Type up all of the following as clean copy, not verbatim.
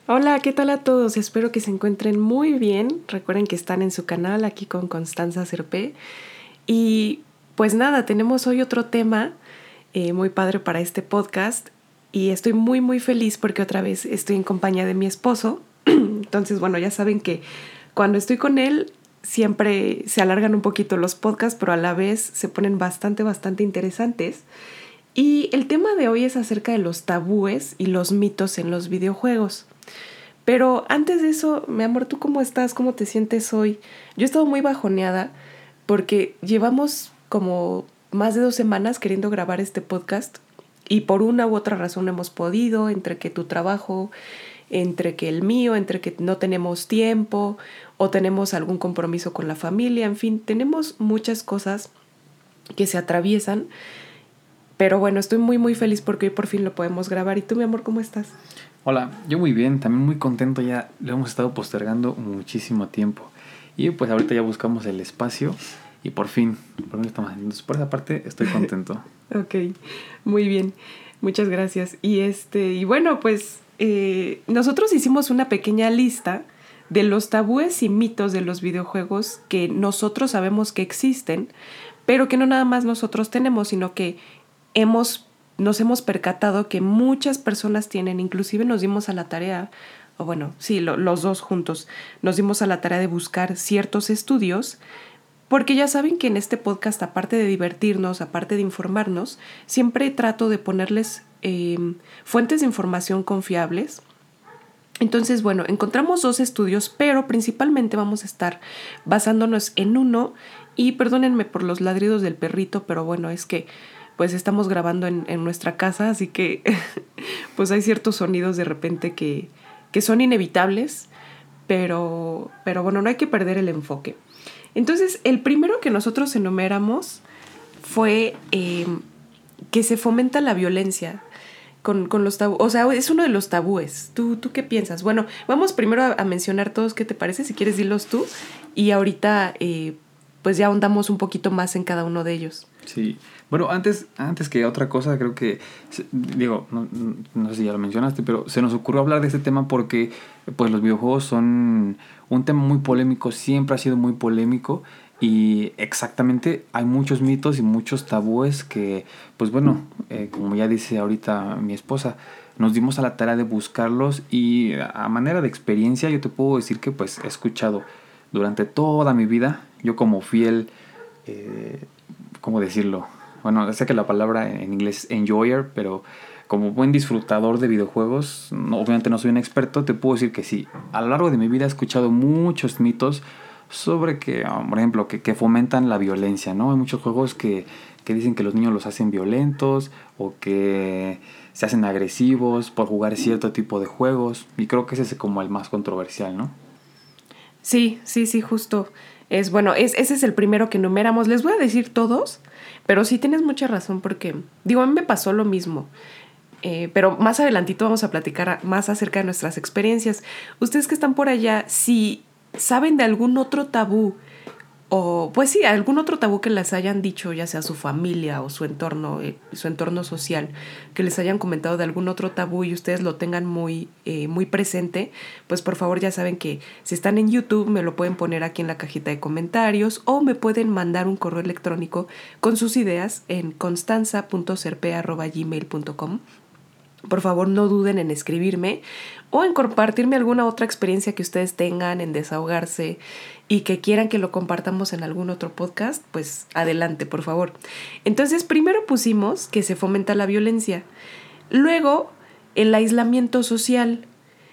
Hola, ¿qué tal a todos? Espero que se encuentren muy bien. Recuerden que están en su canal aquí con Constanza Serpé. Y pues nada, tenemos hoy otro tema muy padre para este podcast. Y estoy muy feliz porque otra vez estoy en compañía de mi esposo. Entonces, bueno, ya saben que cuando estoy con él siempre se alargan un poquito los podcasts, pero a la vez se ponen bastante interesantes. Y el tema de hoy es acerca de los tabúes y los mitos en los videojuegos. Pero antes de eso, mi amor, ¿tú cómo estás? ¿Cómo te sientes hoy? Yo he estado muy bajoneada porque llevamos como más de 2 semanas queriendo grabar este podcast y por una u otra razón no hemos podido, entre que tu trabajo, entre que el mío, entre que no tenemos tiempo o tenemos algún compromiso con la familia, en fin, tenemos muchas cosas que se atraviesan. Pero bueno, estoy muy feliz porque hoy por fin lo podemos grabar. ¿Y tú, mi amor, cómo estás? Hola, yo muy bien, también muy contento, ya lo hemos estado postergando muchísimo tiempo y pues ahorita ya buscamos el espacio y por fin lo estamos haciendo. Entonces, por esa parte estoy contento. Ok, muy bien. Muchas gracias. Y bueno, pues nosotros hicimos una pequeña lista de los tabúes y mitos de los videojuegos que nosotros sabemos que existen, pero que no nada más nosotros tenemos, sino que nos hemos percatado que muchas personas tienen. Inclusive nos dimos a la tarea, o bueno, sí, los dos juntos, nos dimos a la tarea de buscar ciertos estudios, porque ya saben que en este podcast, aparte de divertirnos, aparte de informarnos, siempre trato de ponerles fuentes de información confiables. Entonces, bueno, encontramos 2 estudios, pero principalmente vamos a estar basándonos en uno. Y perdónenme por los ladridos del perrito, pero bueno, es que pues estamos grabando en nuestra casa, así que pues hay ciertos sonidos de repente que son inevitables, pero bueno, no hay que perder el enfoque. Entonces, el primero que nosotros enumeramos fue que se fomenta la violencia con los tabúes. O sea, es uno de los tabúes. ¿Tú qué piensas? Bueno, vamos primero a mencionar todos, ¿qué te parece? Si quieres, dilos tú. Y ahorita, pues ya ahondamos un poquito más en cada uno de ellos. Sí, bueno, antes que otra cosa, creo que, digo, no sé si ya lo mencionaste, pero se nos ocurrió hablar de este tema porque pues los videojuegos son un tema muy polémico, siempre ha sido muy polémico y exactamente hay muchos mitos y muchos tabúes que, pues bueno, como ya dice ahorita mi esposa, nos dimos a la tarea de buscarlos y a manera de experiencia yo te puedo decir que pues he escuchado durante toda mi vida, yo como fiel... ¿cómo decirlo? Bueno, sé que la palabra en inglés es enjoyer, pero como buen disfrutador de videojuegos, obviamente no soy un experto, te puedo decir que sí. A lo largo de mi vida he escuchado muchos mitos sobre que, por ejemplo, que fomentan la violencia, ¿no? Hay muchos juegos que dicen que los niños los hacen violentos o que se hacen agresivos por jugar cierto tipo de juegos. Y creo que ese es como el más controversial, ¿no? Sí, justo. Ese es el primero que enumeramos. Les voy a decir todos, pero sí tienes mucha razón porque, digo, a mí me pasó lo mismo. Pero más adelantito vamos a platicar más acerca de nuestras experiencias. Ustedes que están por allá, si saben de algún otro tabú, o pues sí, algún otro tabú que les hayan dicho, ya sea su familia o su entorno social, que les hayan comentado de algún otro tabú y ustedes lo tengan muy presente, pues por favor ya saben que si están en YouTube me lo pueden poner aquí en la cajita de comentarios o me pueden mandar un correo electrónico con sus ideas en constanza.serpe@gmail.com. Por favor, no duden en escribirme o en compartirme alguna otra experiencia que ustedes tengan, en desahogarse y que quieran que lo compartamos en algún otro podcast, pues adelante, por favor. Entonces, primero pusimos que se fomenta la violencia. Luego, el aislamiento social.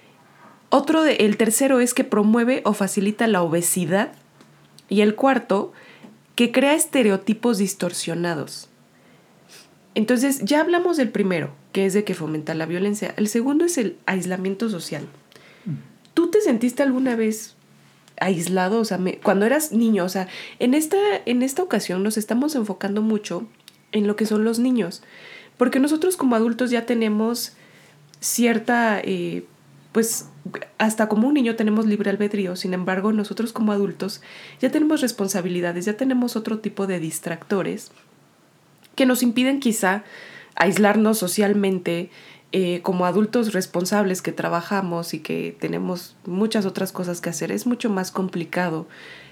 El tercero es que promueve o facilita la obesidad. Y el cuarto, que crea estereotipos distorsionados. Entonces, ya hablamos del primero, que es de que fomenta la violencia. El segundo es el aislamiento social. ¿Tú te sentiste alguna vez aislado? O sea, cuando eras niño, o sea, en esta ocasión nos estamos enfocando mucho en lo que son los niños, porque nosotros como adultos ya tenemos cierta, pues hasta como un niño tenemos libre albedrío. Sin embargo, nosotros como adultos ya tenemos responsabilidades, ya tenemos otro tipo de distractores que nos impiden quizá aislarnos socialmente, como adultos responsables que trabajamos y que tenemos muchas otras cosas que hacer, es mucho más complicado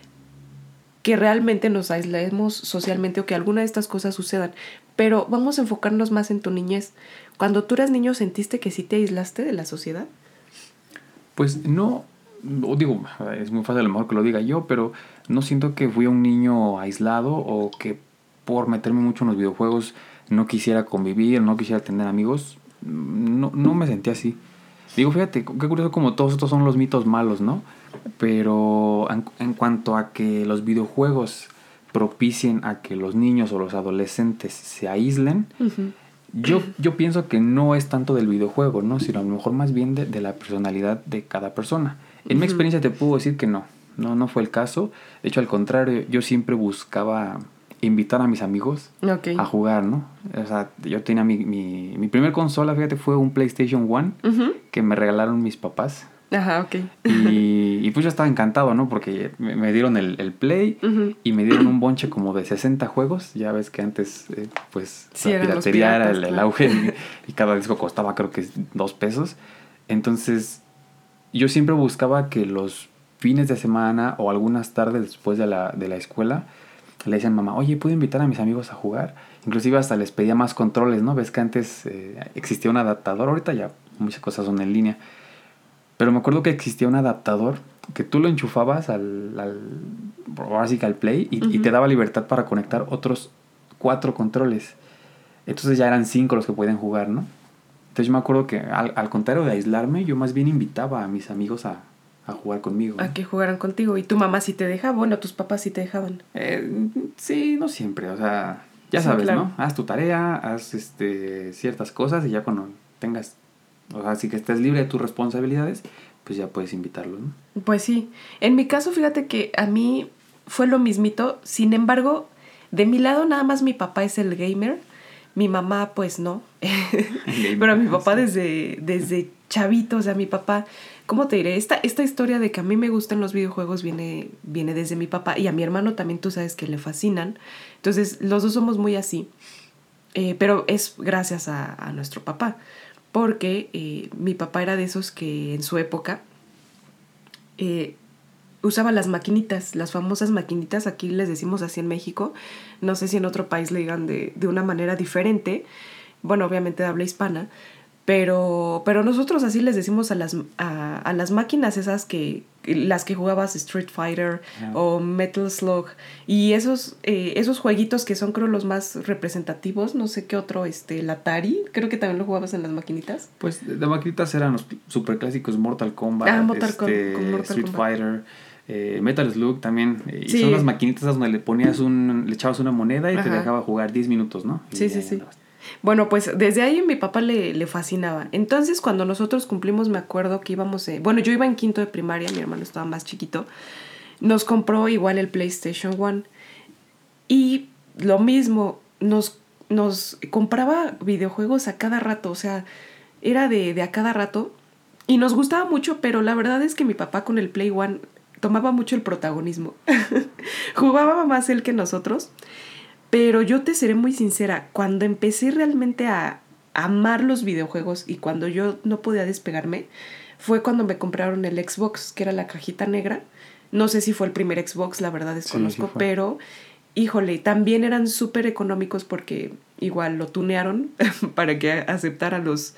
que realmente nos aislemos socialmente o que alguna de estas cosas sucedan. Pero vamos a enfocarnos más en tu niñez. Cuando tú eras niño, ¿sentiste que sí te aislaste de la sociedad? Pues no, digo, es muy fácil a lo mejor que lo diga yo, pero no siento que fui un niño aislado o que por meterme mucho en los videojuegos no quisiera convivir, no quisiera tener amigos. No me sentí así. Digo, fíjate, qué curioso como todos estos son los mitos malos, ¿no? Pero en cuanto a que los videojuegos propicien a que los niños o los adolescentes se aíslen, Uh-huh. yo pienso que no es tanto del videojuego, ¿no? Sino a lo mejor más bien de la personalidad de cada persona. En mi experiencia te puedo decir que no fue el caso. De hecho, al contrario, yo siempre buscaba invitar a mis amigos Okay. a jugar, ¿no? O sea, yo tenía mi primer consola, fíjate, fue un PlayStation 1 Uh-huh. que me regalaron mis papás. Ajá, ok. Y pues yo estaba encantado, ¿no? Porque me dieron el Play Uh-huh. y me dieron un bonche como de 60 juegos. Ya ves que antes, pues, Sí, la eran los piratería era piratas, el claro. auge y cada disco costaba creo que $2. Entonces, yo siempre buscaba que los fines de semana o algunas tardes después de la escuela le decían mamá, oye, ¿puedo invitar a mis amigos a jugar? Inclusive hasta les pedía más controles, ¿no? Ves que antes existía un adaptador, ahorita ya muchas cosas son en línea. Pero me acuerdo que existía un adaptador que tú lo enchufabas ahora sí que al Play y te daba libertad para conectar otros 4 controles. Entonces ya eran 5 los que podían jugar, ¿no? Entonces yo me acuerdo que al contrario de aislarme, yo más bien invitaba a mis amigos a jugar conmigo, ¿no? A que jugaran contigo. ¿Y tu mamá sí te dejaba? Bueno, tus papás sí te dejaban. Sí, no siempre, o sea, ya Sí, sabes, claro. ¿no? Haz tu tarea, haz ciertas cosas y ya cuando tengas, o sea, si que estés libre de tus responsabilidades, pues ya puedes invitarlos, ¿no? Pues sí. En mi caso, fíjate que a mí fue lo mismito. Sin embargo, de mi lado nada más mi papá es el gamer. Mi mamá, pues no. Pero mi papá desde chavito, o sea, mi papá, ¿cómo te diré? Esta historia de que a mí me gustan los videojuegos viene desde mi papá. Y a mi hermano también tú sabes que le fascinan. Entonces, los dos somos muy así. Pero es gracias a nuestro papá. Porque mi papá era de esos que en su época usaba las maquinitas, las famosas maquinitas, aquí les decimos así en México, no sé si en otro país le digan de una manera diferente, bueno, obviamente de habla hispana, pero nosotros así les decimos a las máquinas esas las que jugabas Street Fighter o Metal Slug y esos jueguitos que son creo los más representativos, no sé qué otro, el Atari, creo que también lo jugabas en las maquinitas. Pues de maquinitas eran los super clásicos Mortal Kombat, Mortal Street Kombat. Fighter, Metal Slug también. Y Sí. son las maquinitas donde le echabas una moneda y te Ajá. dejaba jugar 10 minutos, ¿no? Y Sí, ahí sí, sí. andabas. Bueno, pues desde ahí mi papá le fascinaba. Entonces, cuando nosotros cumplimos, me acuerdo que íbamos... bueno, yo iba en quinto de primaria, mi hermano estaba más chiquito. Nos compró igual el PlayStation 1. Y lo mismo, nos compraba videojuegos a cada rato. O sea, era de a cada rato. Y nos gustaba mucho, pero la verdad es que mi papá con el Play 1 tomaba mucho el protagonismo. Jugaba más él que nosotros. Pero yo te seré muy sincera, cuando empecé realmente a amar los videojuegos y cuando yo no podía despegarme, fue cuando me compraron el Xbox, que era la cajita negra. No sé si fue el primer Xbox, la verdad desconozco, Sí fue. pero híjole, también eran súper económicos porque igual lo tunearon para que aceptara los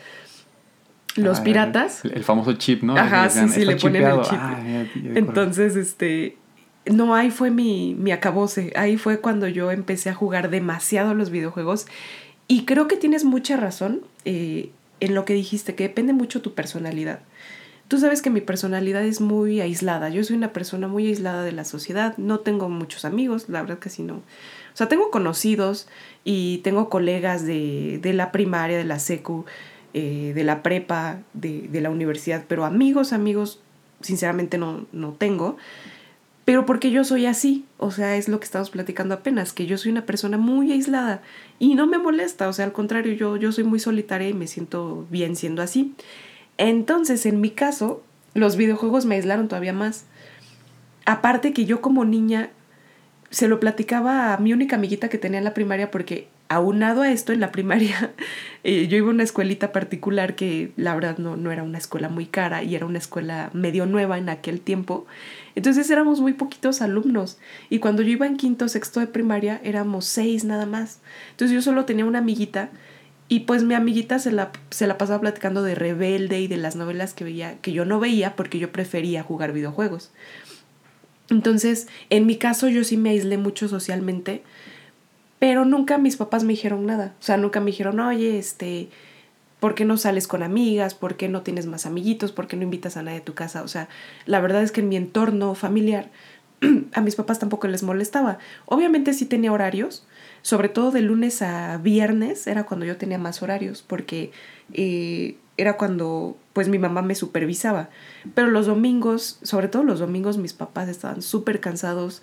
piratas. El famoso chip, ¿no? Ajá, Decían, sí, le "Está ponen el chipeado". chip. Ya Entonces, no, ahí fue mi acabose. Ahí fue cuando yo empecé a jugar demasiado los videojuegos. Y creo que tienes mucha razón en lo que dijiste, que depende mucho tu personalidad. Tú sabes que mi personalidad es muy aislada. Yo soy una persona muy aislada de la sociedad. No tengo muchos amigos, la verdad casi no. O sea, tengo conocidos y tengo colegas de la primaria, de la secu, de la prepa, de la universidad. Pero amigos, sinceramente no tengo. Pero porque yo soy así, o sea, es lo que estamos platicando apenas, que yo soy una persona muy aislada y no me molesta, o sea, al contrario, yo soy muy solitaria y me siento bien siendo así. Entonces, en mi caso, los videojuegos me aislaron todavía más. Aparte que yo como niña se lo platicaba a mi única amiguita que tenía en la primaria porque aunado a esto, en la primaria, yo iba a una escuelita particular que la verdad no era una escuela muy cara y era una escuela medio nueva en aquel tiempo. Entonces éramos muy poquitos alumnos y cuando yo iba en quinto, sexto de primaria éramos 6 nada más. Entonces yo solo tenía una amiguita y pues mi amiguita se la pasaba platicando de Rebelde y de las novelas que veía, que yo no veía porque yo prefería jugar videojuegos. Entonces, en mi caso yo sí me aislé mucho socialmente, pero nunca mis papás me dijeron nada. O sea, nunca me dijeron, oye, ¿por qué no sales con amigas? ¿Por qué no tienes más amiguitos? ¿Por qué no invitas a nadie a tu casa? O sea, la verdad es que en mi entorno familiar a mis papás tampoco les molestaba. Obviamente sí tenía horarios, sobre todo de lunes a viernes era cuando yo tenía más horarios, porque era cuando pues mi mamá me supervisaba. Pero los domingos, sobre todo los domingos, mis papás estaban súper cansados,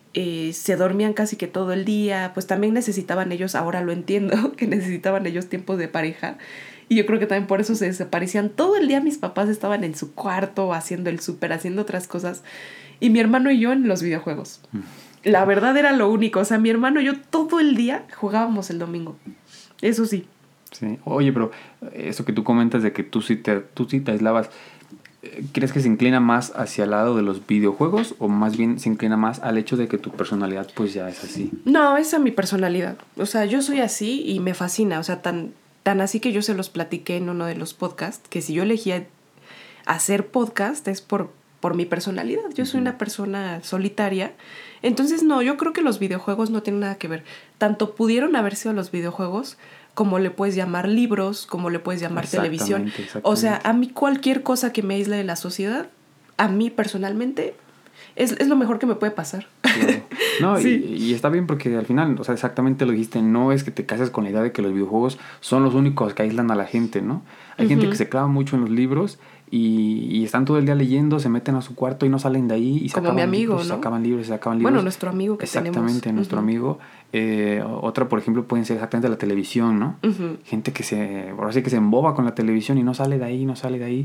se dormían casi que todo el día, pues también necesitaban ellos, ahora lo entiendo, que necesitaban ellos tiempos de pareja, y yo creo que también por eso se desaparecían todo el día. Mis papás estaban en su cuarto haciendo el súper, haciendo otras cosas, y mi hermano y yo en los videojuegos. La verdad era lo único, o sea, mi hermano y yo todo el día jugábamos el domingo, eso sí. Sí, oye, pero eso que tú comentas de que tú sí te aislabas, ¿crees que se inclina más hacia el lado de los videojuegos o más bien se inclina más al hecho de que tu personalidad pues ya es así? No, esa es mi personalidad. O sea, yo soy así y me fascina. O sea, tan así que yo se los platiqué en uno de los podcasts, que si yo elegía hacer podcast es por mi personalidad. Yo soy una persona solitaria. Entonces, no, yo creo que los videojuegos no tienen nada que ver. Tanto pudieron haber sido los videojuegos, como le puedes llamar libros, como le puedes llamar televisión. O sea, a mí cualquier cosa que me aísle de la sociedad, a mí personalmente es lo mejor que me puede pasar. Claro. No, sí. y está bien porque al final, o sea, exactamente lo dijiste, no es que te cases con la idea de que los videojuegos son los únicos que aíslan a la gente, ¿no? Hay gente que se clava mucho en los libros y están todo el día leyendo, se meten a su cuarto y no salen de ahí y se como acaban mi amigo, libros, ¿no? se acaban libros. Bueno, nuestro amigo que exactamente, tenemos. Nuestro amigo. Otra, por ejemplo, pueden ser exactamente la televisión, ¿no? Gente que ahora sí que se emboba con la televisión y no sale de ahí.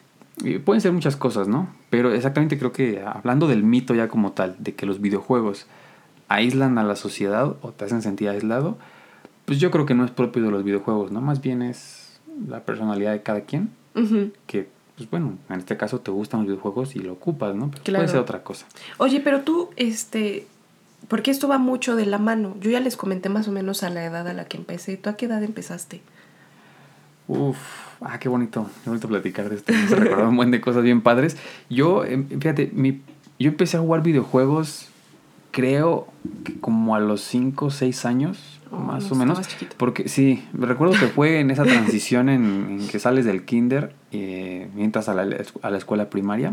Y pueden ser muchas cosas, ¿no? Pero exactamente creo que hablando del mito ya como tal, de que los videojuegos aíslan a la sociedad o te hacen sentir aislado, pues yo creo que no es propio de los videojuegos, ¿no? Más bien es la personalidad de cada quien, que, pues bueno, en este caso te gustan los videojuegos y lo ocupas, ¿no? Pero claro. Puede ser otra cosa. Oye, pero tú, porque esto va mucho de la mano. Yo ya les comenté más o menos a la edad a la que empecé. ¿Tú a qué edad empezaste? Qué bonito platicar de esto. Se recordaron un buen de cosas bien padres. Yo, fíjate, yo empecé a jugar videojuegos, creo que como a los 5 o 6 años, más o menos. Porque sí, recuerdo que fue en esa transición en que sales del kinder y entras a la escuela primaria.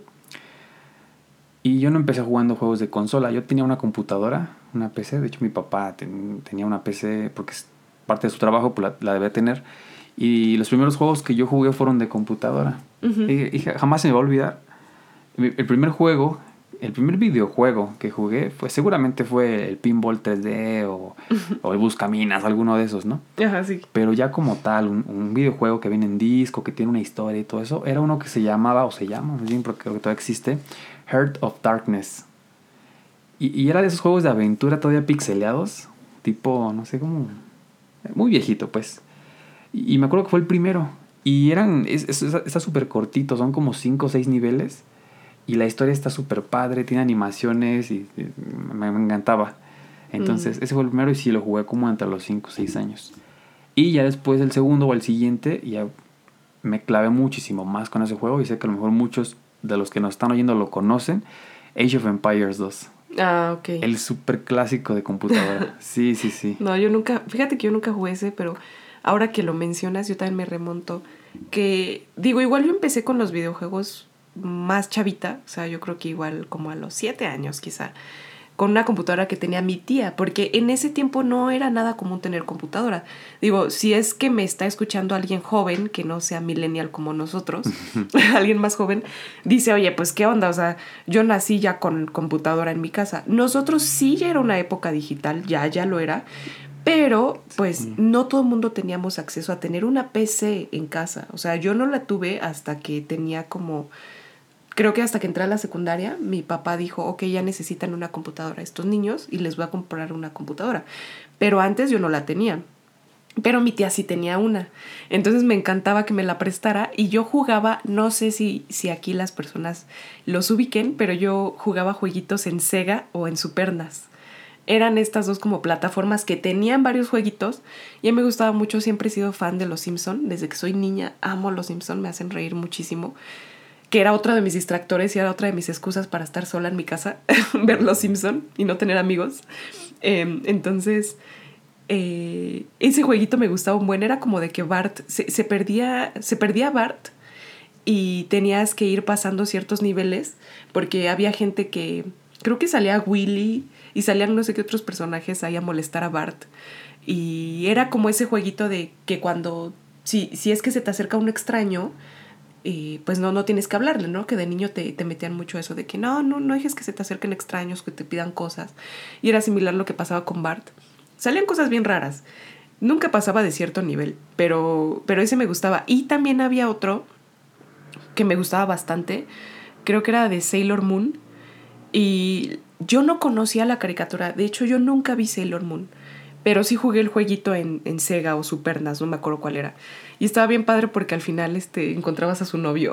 Y yo no empecé jugando juegos de consola. Yo tenía una computadora, una PC. De hecho, mi papá tenía una PC porque es parte de su trabajo, pues la debía tener. Y los primeros juegos que yo jugué fueron de computadora. Y jamás se me va a olvidar. El primer videojuego que jugué seguramente fue el Pinball 3D o el Buscaminas, alguno de esos, ¿no? Ajá, sí. Pero ya como tal, un videojuego que viene en disco, que tiene una historia y todo eso, era uno que se llama, porque creo que todavía existe, Heart of Darkness. Y era de esos juegos de aventura todavía pixeleados, tipo, no sé cómo, muy viejito, pues. Y me acuerdo que fue el primero. Y está súper cortito, son como 5 o 6 niveles. Y la historia está súper padre, tiene animaciones y me encantaba. Entonces, ese fue el primero y sí lo jugué como entre los 5 o 6 años. Y ya después el segundo o el siguiente, ya me clavé muchísimo más con ese juego. Y sé que a lo mejor muchos de los que nos están oyendo lo conocen. Age of Empires 2. Ah, ok. El súper clásico de computadora. Sí. No, fíjate que yo nunca jugué ese, pero ahora que lo mencionas, yo también me remonto. Igual yo empecé con los videojuegos más chavita, o sea, yo creo que igual como a los 7 años quizá, con una computadora que tenía mi tía, porque en ese tiempo no era nada común tener computadora. Si es que me está escuchando alguien joven, que no sea millennial como nosotros, alguien más joven, dice, oye, pues qué onda, o sea, yo nací ya con computadora en mi casa. Nosotros sí ya era una época digital, ya lo era, pero pues no todo el mundo teníamos acceso a tener una PC en casa. O sea, yo no la tuve hasta que tenía como creo que hasta que entré a la secundaria, mi papá dijo, ok, ya necesitan una computadora estos niños y les voy a comprar una computadora. Pero antes yo no la tenía. Pero mi tía sí tenía una. Entonces me encantaba que me la prestara y yo jugaba, no sé si aquí las personas los ubiquen, pero yo jugaba jueguitos en Sega o en Super NAS. Eran estas dos como plataformas que tenían varios jueguitos y a mí me gustaba mucho, siempre he sido fan de Los Simpson. Desde que soy niña amo Los Simpson, me hacen reír muchísimo. Que era otro de mis distractores y era otra de mis excusas para estar sola en mi casa, ver Los Simpson y no tener amigos. Entonces, ese jueguito me gustaba un buen. Era como de que Bart, se perdía Bart y tenías que ir pasando ciertos niveles porque había gente que, creo que salía Willy y salían no sé qué otros personajes ahí a molestar a Bart. Y era como ese jueguito de que cuando, si es que se te acerca un extraño, pues no tienes que hablarle, ¿no? Que de niño te metían mucho eso de que no dejes que se te acerquen extraños, que te pidan cosas. Y era similar lo que pasaba con Bart. Salían cosas bien raras. Nunca pasaba de cierto nivel, pero ese me gustaba. Y también había otro que me gustaba bastante. Creo que era de Sailor Moon. Y yo no conocía la caricatura. De hecho, yo nunca vi Sailor Moon. Pero sí jugué el jueguito en Sega o Super NAS, no me acuerdo cuál era. Y estaba bien padre porque al final encontrabas a su novio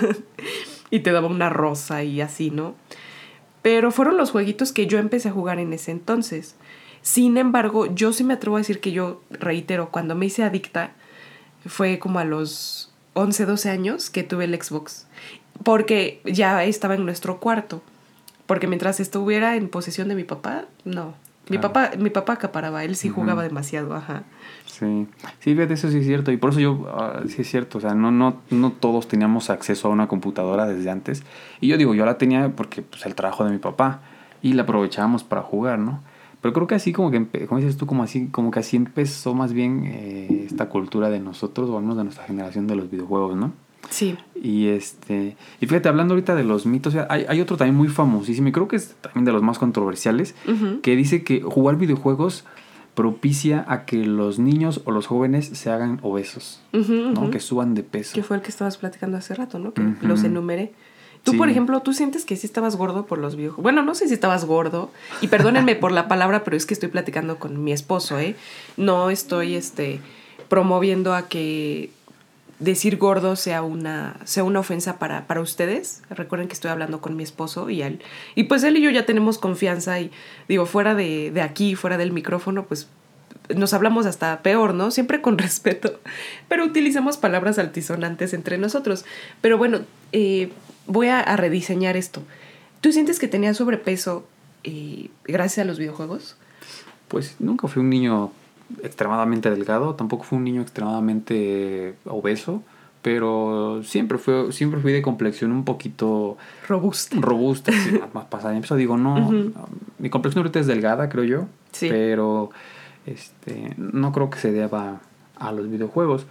y te daba una rosa y así, ¿no? Pero fueron los jueguitos que yo empecé a jugar en ese entonces. Sin embargo, yo sí me atrevo a decir que yo, reitero, cuando me hice adicta, fue como a los 11, 12 años que tuve el Xbox. Porque ya estaba en nuestro cuarto. Porque mientras estuviera en posesión de mi papá, no. Claro. Mi papá acaparaba, él sí jugaba demasiado, ajá. Sí, sí, fíjate, eso sí es cierto. Y por eso yo, sí es cierto, o sea, no todos teníamos acceso a una computadora desde antes. Y yo digo, yo la tenía porque pues el trabajo de mi papá y la aprovechábamos para jugar, ¿no? Pero creo que así como que, como dices tú, como que así empezó más bien esta cultura de nosotros, o al menos de nuestra generación de los videojuegos, ¿no? Sí. Y y fíjate, hablando ahorita de los mitos, hay otro también muy famosísimo, y creo que es también de los más controversiales, que dice que jugar videojuegos propicia a que los niños o los jóvenes se hagan obesos, ¿no? Que suban de peso. Que fue el que estabas platicando hace rato, ¿no? Que los enumeré. Tú, Sí. por ejemplo, ¿tú sientes que sí estabas gordo por los videojuegos? Bueno, no sé si estabas gordo. Y perdónenme por la palabra, pero es que estoy platicando con mi esposo, ¿eh? No estoy, promoviendo a que decir gordo sea una ofensa para ustedes. Recuerden que estoy hablando con mi esposo y él. Y pues él y yo ya tenemos confianza y digo, fuera de aquí, fuera del micrófono, pues nos hablamos hasta peor, ¿no? Siempre con respeto, pero utilizamos palabras altisonantes entre nosotros. Pero bueno, voy a rediseñar esto. ¿Tú sientes que tenías sobrepeso gracias a los videojuegos? Pues nunca fui un niño extremadamente delgado, tampoco fui un niño extremadamente obeso, pero siempre fui de complexión un poquito robusta, sí, más pasada. Eso digo, no, mi complexión ahorita es delgada, creo yo, Sí. pero no creo que se deba a los videojuegos.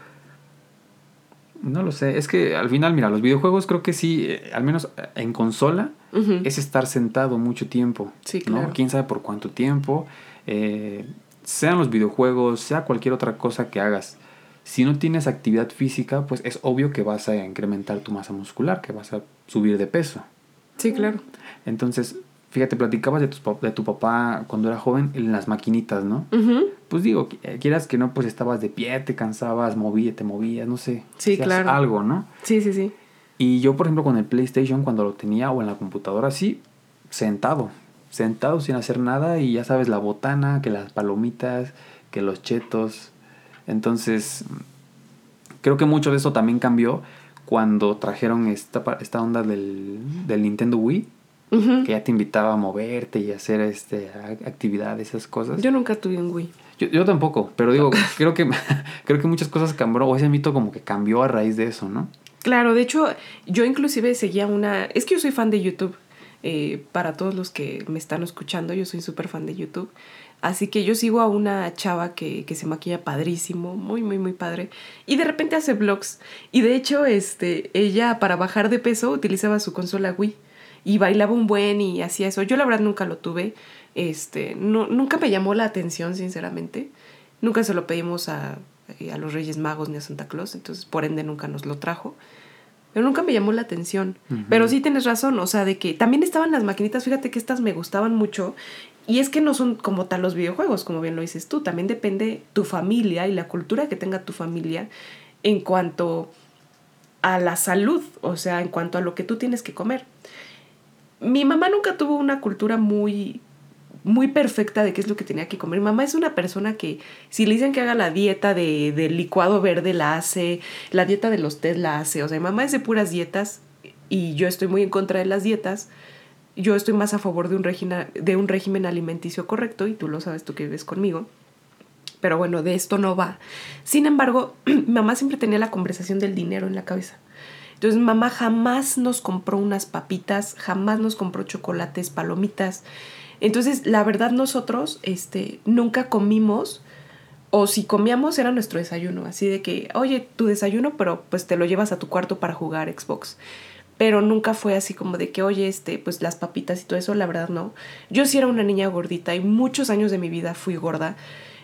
No lo sé, es que al final, mira, los videojuegos creo que sí, al menos en consola, es estar sentado mucho tiempo. Sí, claro. ¿No? Quién sabe por cuánto tiempo. Sean los videojuegos, sea cualquier otra cosa que hagas. Si no tienes actividad física, pues es obvio que vas a incrementar tu masa muscular, que vas a subir de peso. Sí, claro. Entonces, fíjate, platicabas de tu papá cuando era joven en las maquinitas, ¿no? Pues digo, quieras que no, pues estabas de pie, te cansabas, te movías, no sé. Sí, claro. Algo, ¿no? Sí, sí, sí. Y yo, por ejemplo, con el PlayStation, cuando lo tenía, o en la computadora, sí, sentado sin hacer nada, y ya sabes, la botana, que las palomitas, que los chetos. Entonces, creo que mucho de eso también cambió cuando trajeron esta onda del Nintendo Wii. Que ya te invitaba a moverte y a hacer actividades, esas cosas. Yo nunca tuve un Wii. Yo tampoco, pero digo, creo que muchas cosas cambiaron, o ese mito como que cambió a raíz de eso, ¿no? Claro, de hecho, yo inclusive seguía es que yo soy fan de YouTube. Para todos los que me están escuchando, yo soy súper fan de YouTube. Así que yo sigo a una chava que se maquilla padrísimo, muy, muy, muy padre. Y de repente hace vlogs. Y de hecho, ella para bajar de peso utilizaba su consola Wii. Y bailaba un buen y hacía eso. Yo la verdad nunca lo tuve. Nunca me llamó la atención, sinceramente. Nunca se lo pedimos a los Reyes Magos ni a Santa Claus. Entonces, por ende, nunca nos lo trajo. pero nunca me llamó la atención. Pero sí tienes razón, o sea, de que también estaban las maquinitas, fíjate que estas me gustaban mucho. Y es que no son como tal los videojuegos, como bien lo dices tú. También depende tu familia y la cultura que tenga tu familia en cuanto a la salud, o sea, en cuanto a lo que tú tienes que comer. Mi mamá nunca tuvo una cultura muy perfecta de qué es lo que tenía que comer. Mi mamá es una persona que si le dicen que haga la dieta del licuado verde, la hace, la dieta de los tés la hace. O sea, mi mamá es de puras dietas y yo estoy muy en contra de las dietas. Yo estoy más a favor de un régimen alimenticio correcto, y tú lo sabes, tú que vives conmigo. Pero bueno, de esto no va. Sin embargo, mi mamá siempre tenía la conversación del dinero en la cabeza. Entonces, mamá jamás nos compró unas papitas, jamás nos compró chocolates, palomitas. Entonces, la verdad, nosotros nunca comimos, o si comíamos era nuestro desayuno. Así de que, oye, tu desayuno, pero pues te lo llevas a tu cuarto para jugar Xbox. Pero nunca fue así como de que, oye, pues las papitas y todo eso, la verdad no. Yo sí era una niña gordita y muchos años de mi vida fui gorda.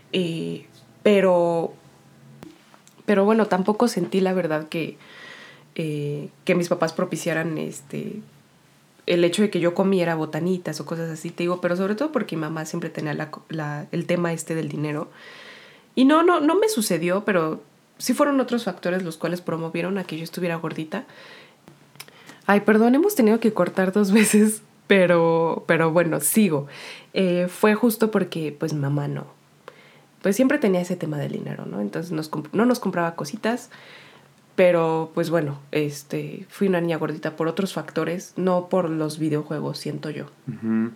Pero bueno, tampoco sentí la verdad que mis papás propiciaran el hecho de que yo comiera botanitas o cosas así, te digo, pero sobre todo porque mi mamá siempre tenía el tema del dinero. Y no me sucedió, pero sí fueron otros factores los cuales promovieron a que yo estuviera gordita. Ay, perdón, hemos tenido que cortar 2 veces, pero bueno, sigo. Fue justo porque, pues, mamá pues siempre tenía ese tema del dinero, ¿no? Entonces no nos compraba cositas, pero pues bueno, fui una niña gordita por otros factores, no por los videojuegos, siento yo. Uh-huh.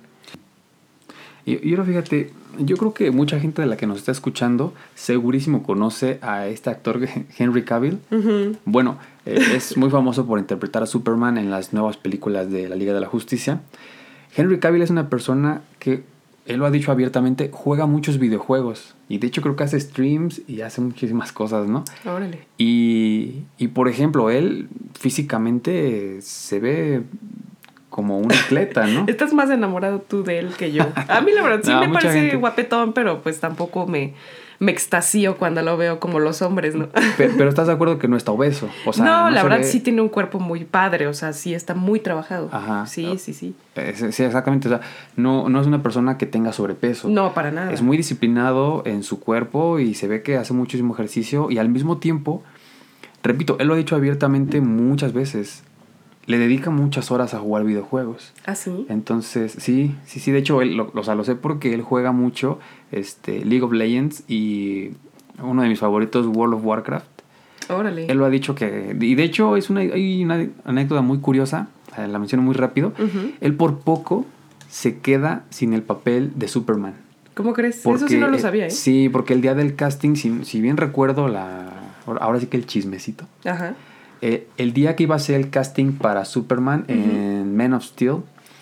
Y ahora fíjate, yo creo que mucha gente de la que nos está escuchando segurísimo conoce a este actor Henry Cavill. Uh-huh. Bueno, es muy famoso por interpretar a Superman en las nuevas películas de la Liga de la Justicia. Henry Cavill es una persona que, él lo ha dicho abiertamente, juega muchos videojuegos. Y de hecho creo que hace streams y hace muchísimas cosas, ¿no? Órale. Y por ejemplo, él físicamente se ve como un atleta, ¿no? Estás más enamorado tú de él que yo. A mí la verdad sí me parece guapetón, pero pues tampoco me extasío cuando lo veo como los hombres, ¿no? Pero ¿estás de acuerdo que no está obeso? O sea, no, la verdad sí tiene un cuerpo muy padre, o sea, sí está muy trabajado. Ajá. Sí. Sí, exactamente. O sea, no es una persona que tenga sobrepeso. No, para nada. Es muy disciplinado en su cuerpo y se ve que hace muchísimo ejercicio y al mismo tiempo, repito, él lo ha dicho abiertamente muchas veces, le dedica muchas horas a jugar videojuegos. ¿Ah, sí? Entonces, sí. De hecho, él, lo sé porque él juega mucho League of Legends y uno de mis favoritos, World of Warcraft. Órale. Él lo ha dicho que... Y de hecho, hay una anécdota muy curiosa, la menciono muy rápido. Uh-huh. Él por poco se queda sin el papel de Superman. ¿Cómo crees? Porque, eso sí no lo sabía, ¿eh? Sí, porque el día del casting, si bien recuerdo ahora sí que el chismecito. Ajá. El día que iba a ser el casting para Superman uh-huh. en Man of Steel,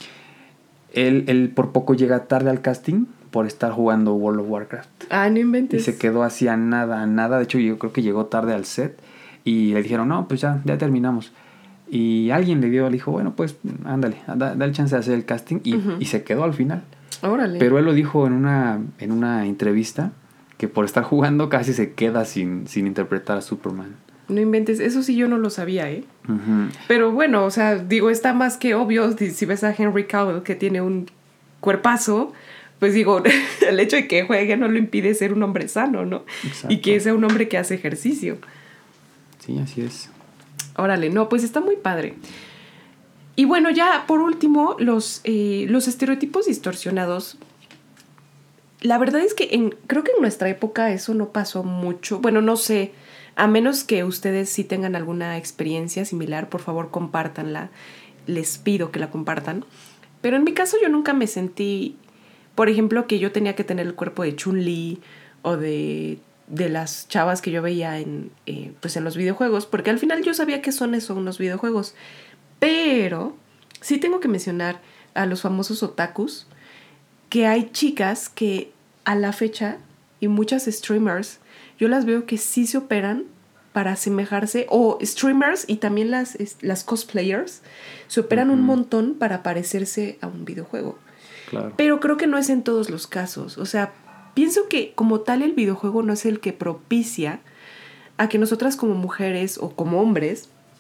él por poco llega tarde al casting por estar jugando World of Warcraft. Ah, no inventes. Y se quedó así a nada. De hecho, yo creo que llegó tarde al set y le dijeron, no, pues ya terminamos. Y alguien le dijo, bueno, pues ándale, da el chance de hacer el casting y se quedó al final. Órale. Pero él lo dijo en una entrevista que por estar jugando casi se queda sin interpretar a Superman. No inventes, eso sí yo no lo sabía, ¿eh? Uh-huh. Pero bueno, o sea, digo, está más que obvio, si ves a Henry Cavill que tiene un cuerpazo, pues digo, el hecho de que juegue no lo impide ser un hombre sano, ¿no? Exacto. Y que sea un hombre que hace ejercicio. Sí, así es. Órale, no, pues está muy padre. Y bueno, ya por último, los estereotipos distorsionados. La verdad es que creo que en nuestra época eso no pasó mucho. Bueno, no sé, a menos que ustedes sí tengan alguna experiencia similar, por favor compártanla. Les pido que la compartan. Pero en mi caso yo nunca me sentí, por ejemplo, que yo tenía que tener el cuerpo de Chun-Li o de las chavas que yo veía en los videojuegos, porque al final yo sabía que son unos videojuegos. Pero sí tengo que mencionar a los famosos otakus, que hay chicas que a la fecha, y muchas streamers, yo las veo que sí se operan para asemejarse, o streamers y también las cosplayers, se operan uh-huh. un montón para parecerse a un videojuego. Claro. Pero creo que no es en todos los casos. O sea, pienso que como tal el videojuego no es el que propicia a que nosotras como mujeres o como hombres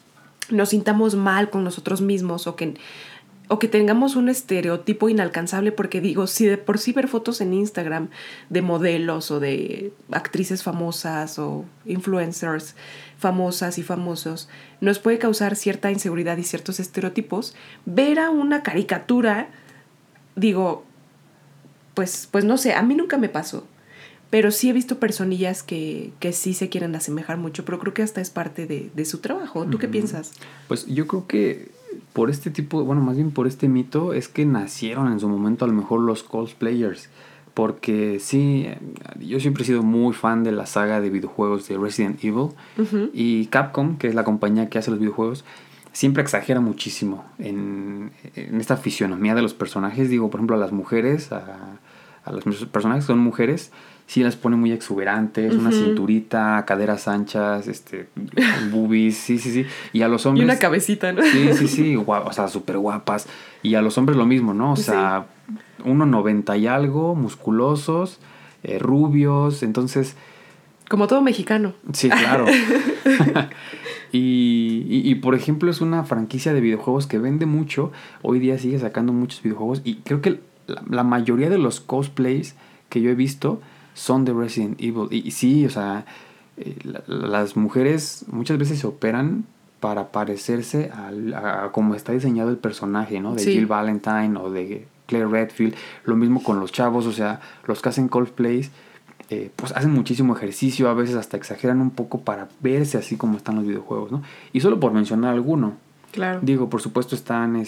nos sintamos mal con nosotros mismos o que tengamos un estereotipo inalcanzable, porque digo, si de por sí ver fotos en Instagram de modelos o de actrices famosas o influencers famosas y famosos nos puede causar cierta inseguridad y ciertos estereotipos, ver a una caricatura, digo, pues no sé, a mí nunca me pasó. Pero sí he visto personillas que sí se quieren asemejar mucho, pero creo que hasta es parte de su trabajo. ¿Tú qué piensas? Pues yo creo que por este tipo, bueno, más bien por este mito, es que nacieron en su momento a lo mejor los cosplayers. Porque sí, yo siempre he sido muy fan de la saga de videojuegos de Resident Evil. Y Capcom, que es la compañía que hace los videojuegos, siempre exagera muchísimo en esta fisionomía de los personajes. Digo, por ejemplo, a las mujeres, a los personajes que son mujeres, sí las pone muy exuberantes, una cinturita, caderas anchas, boobies, sí. Y a los hombres... Y una cabecita, ¿no? Sí, o sea, súper guapas. Y a los hombres lo mismo, ¿no? O sea, 1.90 y algo, musculosos, rubios, entonces... Como todo mexicano. Sí, claro. y por ejemplo, es una franquicia de videojuegos que vende mucho. Hoy día sigue sacando muchos videojuegos. Y creo que la mayoría de los cosplays que yo he visto son de Resident Evil. Y sí, o sea, las mujeres muchas veces se operan para parecerse a como está diseñado el personaje, ¿no? De Jill Valentine o de Claire Redfield. Lo mismo con los chavos, o sea, los que hacen cosplays, pues hacen muchísimo ejercicio, a veces hasta exageran un poco para verse así como están los videojuegos, ¿no? Y solo por mencionar alguno. Claro. Digo, por supuesto están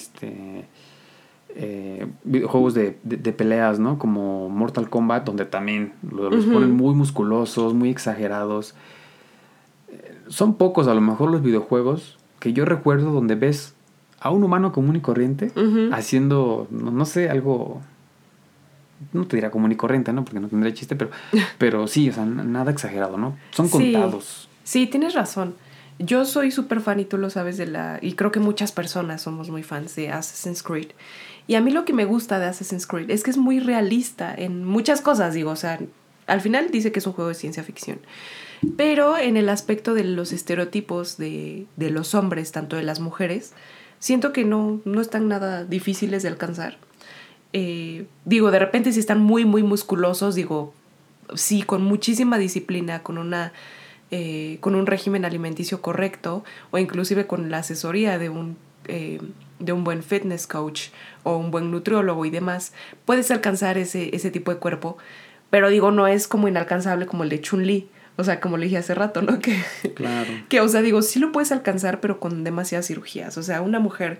videojuegos de peleas, ¿no? Como Mortal Kombat, donde también los ponen muy musculosos, muy exagerados. Son pocos a lo mejor los videojuegos que yo recuerdo donde ves a un humano común y corriente haciendo, no sé, algo... No te dirá común y corriente, ¿no? Porque no tendría chiste, pero sí, o sea, nada exagerado, ¿no? Son contados. Sí, tienes razón. Yo soy súper fan, y tú lo sabes, y creo que muchas personas somos muy fans de Assassin's Creed. Y a mí lo que me gusta de Assassin's Creed es que es muy realista en muchas cosas, digo, o sea, al final dice que es un juego de ciencia ficción. Pero en el aspecto de los estereotipos de los hombres, tanto de las mujeres, siento que no están nada difíciles de alcanzar. Digo, de repente si están muy, muy musculosos, digo, sí, con muchísima disciplina, con un régimen alimenticio correcto, o inclusive con la asesoría de un buen fitness coach o un buen nutriólogo y demás, puedes alcanzar ese tipo de cuerpo, pero digo, no es como inalcanzable como el de Chun-Li, o sea, como le dije hace rato, ¿no? Claro. Que, o sea, digo, sí lo puedes alcanzar, pero con demasiadas cirugías. O sea, una mujer...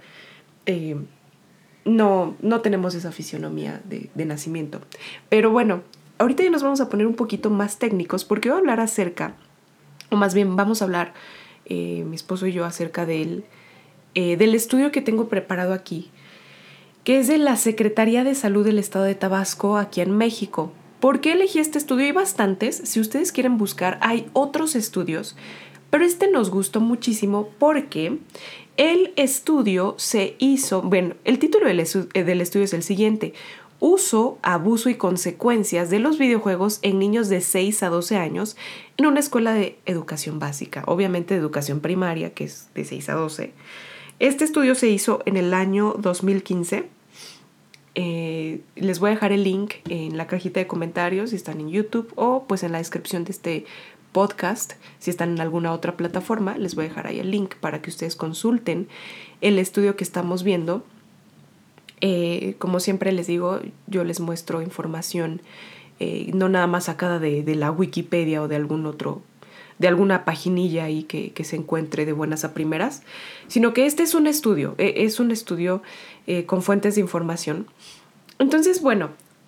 No tenemos esa fisionomía de nacimiento. Pero bueno, ahorita ya nos vamos a poner un poquito más técnicos, porque voy a hablar acerca, o más bien vamos a hablar, mi esposo y yo, acerca del estudio que tengo preparado aquí, que es de la Secretaría de Salud del Estado de Tabasco, aquí en México. ¿Por qué elegí este estudio? Hay bastantes, si ustedes quieren buscar, hay otros estudios, pero este nos gustó muchísimo porque el estudio se hizo... Bueno, el título del estudio es el siguiente: Uso, abuso y consecuencias de los videojuegos en niños de 6 a 12 años en una escuela de educación básica, obviamente de educación primaria, que es de 6 a 12. Este estudio se hizo en el año 2015. Les voy a dejar el link en la cajita de comentarios si están en YouTube, o pues en la descripción de este podcast, si están en alguna otra plataforma, les voy a dejar ahí el link para que ustedes consulten el estudio que estamos viendo. Como siempre les digo, yo les muestro información no nada más sacada de la Wikipedia o de alguna paginilla ahí que se encuentre de buenas a primeras, sino que este es un estudio, con fuentes de información. Entonces, bueno,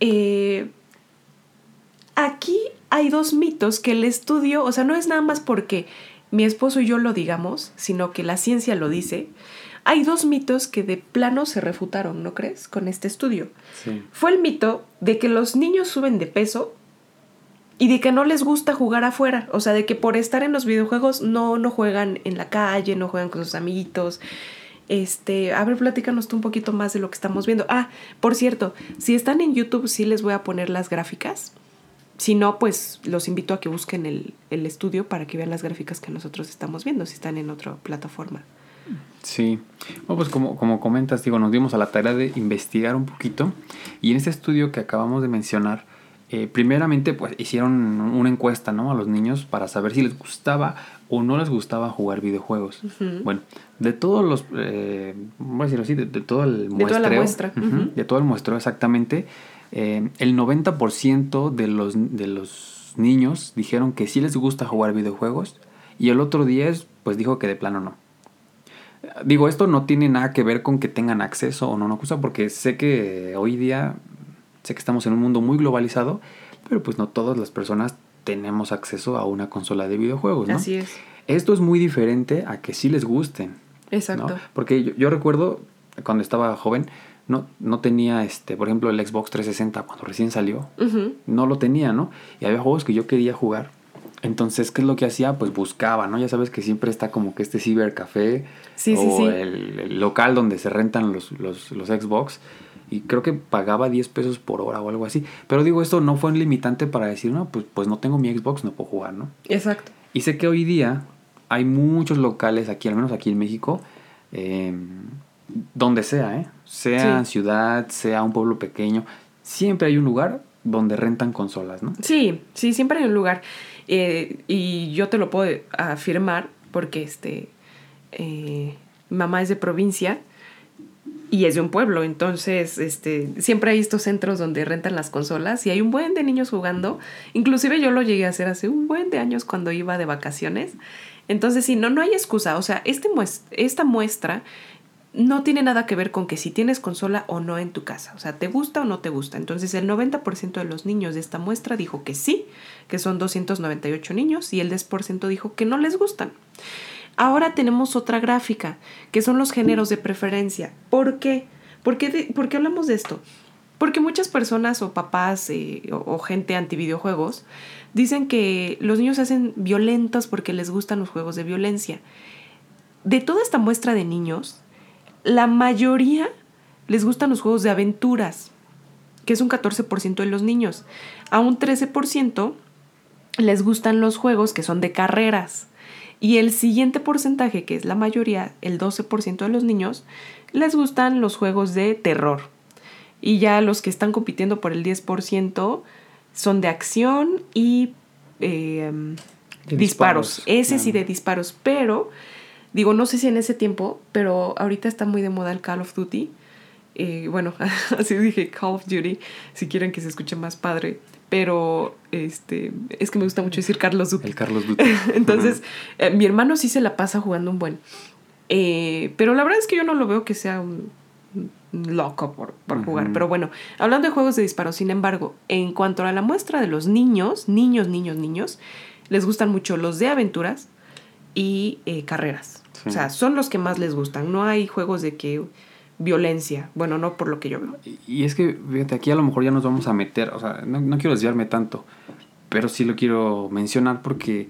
aquí hay dos mitos que el estudio, o sea, no es nada más porque mi esposo y yo lo digamos, sino que la ciencia lo dice. Hay dos mitos que de plano se refutaron, ¿no crees? Con este estudio. Sí. Fue el mito de que los niños suben de peso y de que no les gusta jugar afuera. O sea, de que por estar en los videojuegos no juegan en la calle, no juegan con sus amiguitos. A ver, platícanos tú un poquito más de lo que estamos viendo. Ah, por cierto, si están en YouTube sí les voy a poner las gráficas. Si no, pues los invito a que busquen el estudio para que vean las gráficas que nosotros estamos viendo, si están en otra plataforma. Sí. Bueno, pues como comentas, digo, nos dimos a la tarea de investigar un poquito. Y en este estudio que acabamos de mencionar, primeramente pues hicieron una encuesta, ¿no?, a los niños para saber si les gustaba o no les gustaba jugar videojuegos. Uh-huh. Bueno, de todos los, voy a decirlo así, de todo el muestreo. De toda la muestra. Uh-huh, de todo el muestreo, exactamente. El 90% de los niños dijeron que sí les gusta jugar videojuegos. Y el otro 10% pues dijo que de plano no. Digo, esto no tiene nada que ver con que tengan acceso o no nos gusta, porque sé que hoy día, sé que estamos en un mundo muy globalizado, pero pues no todas las personas tenemos acceso a una consola de videojuegos, ¿no? Así es. Esto es muy diferente a que sí les gusten. Exacto. ¿No? Porque yo recuerdo cuando estaba joven, no tenía, por ejemplo, el Xbox 360 cuando recién salió. Uh-huh. No lo tenía, ¿no? Y había juegos que yo quería jugar. Entonces, ¿qué es lo que hacía? Pues buscaba, ¿no? Ya sabes que siempre está como que este cibercafé o el local donde se rentan los Xbox. Y creo que pagaba 10 pesos por hora o algo así. Pero digo, esto no fue un limitante para decir, no, pues no tengo mi Xbox, no puedo jugar, ¿no? Exacto. Y sé que hoy día hay muchos locales aquí, al menos aquí en México, donde sea, sea ciudad, sea un pueblo pequeño, siempre hay un lugar donde rentan consolas, ¿no? Sí, siempre hay un lugar. Y yo te lo puedo afirmar porque mamá es de provincia y es de un pueblo, entonces siempre hay estos centros donde rentan las consolas y hay un buen de niños jugando. Inclusive yo lo llegué a hacer hace un buen de años cuando iba de vacaciones. Entonces sí, no hay excusa. O sea, esta muestra no tiene nada que ver con que si tienes consola o no en tu casa. O sea, ¿te gusta o no te gusta? Entonces, el 90% de los niños de esta muestra dijo que sí, que son 298 niños, y el 10% dijo que no les gustan. Ahora tenemos otra gráfica, que son los géneros de preferencia. ¿Por qué? ¿Por qué hablamos de esto? Porque muchas personas o papás o gente anti-videojuegos dicen que los niños se hacen violentos porque les gustan los juegos de violencia. De toda esta muestra de niños, la mayoría les gustan los juegos de aventuras, que es un 14% de los niños. A un 13% les gustan los juegos que son de carreras. Y el siguiente porcentaje, que es la mayoría, el 12% de los niños, les gustan los juegos de terror. Y ya los que están compitiendo por el 10% son de acción y disparos. Ese sí de disparos, pero... Digo, no sé si en ese tiempo, pero ahorita está muy de moda el Call of Duty. Bueno, así dije Call of Duty, si quieren que se escuche más padre. Pero es que me gusta mucho decir Carlos Duty. El Carlos Duty. Entonces, mi hermano sí se la pasa jugando un buen. Pero la verdad es que yo no lo veo que sea un loco por jugar. Pero bueno, hablando de juegos de disparo, sin embargo, en cuanto a la muestra de los niños, les gustan mucho los de aventuras y carreras. Sí. O sea, son los que más les gustan. No hay juegos de que violencia. Bueno, no por lo que yo veo. Y es que, fíjate, aquí a lo mejor ya nos vamos a meter, o sea, no quiero desviarme tanto, pero sí lo quiero mencionar porque,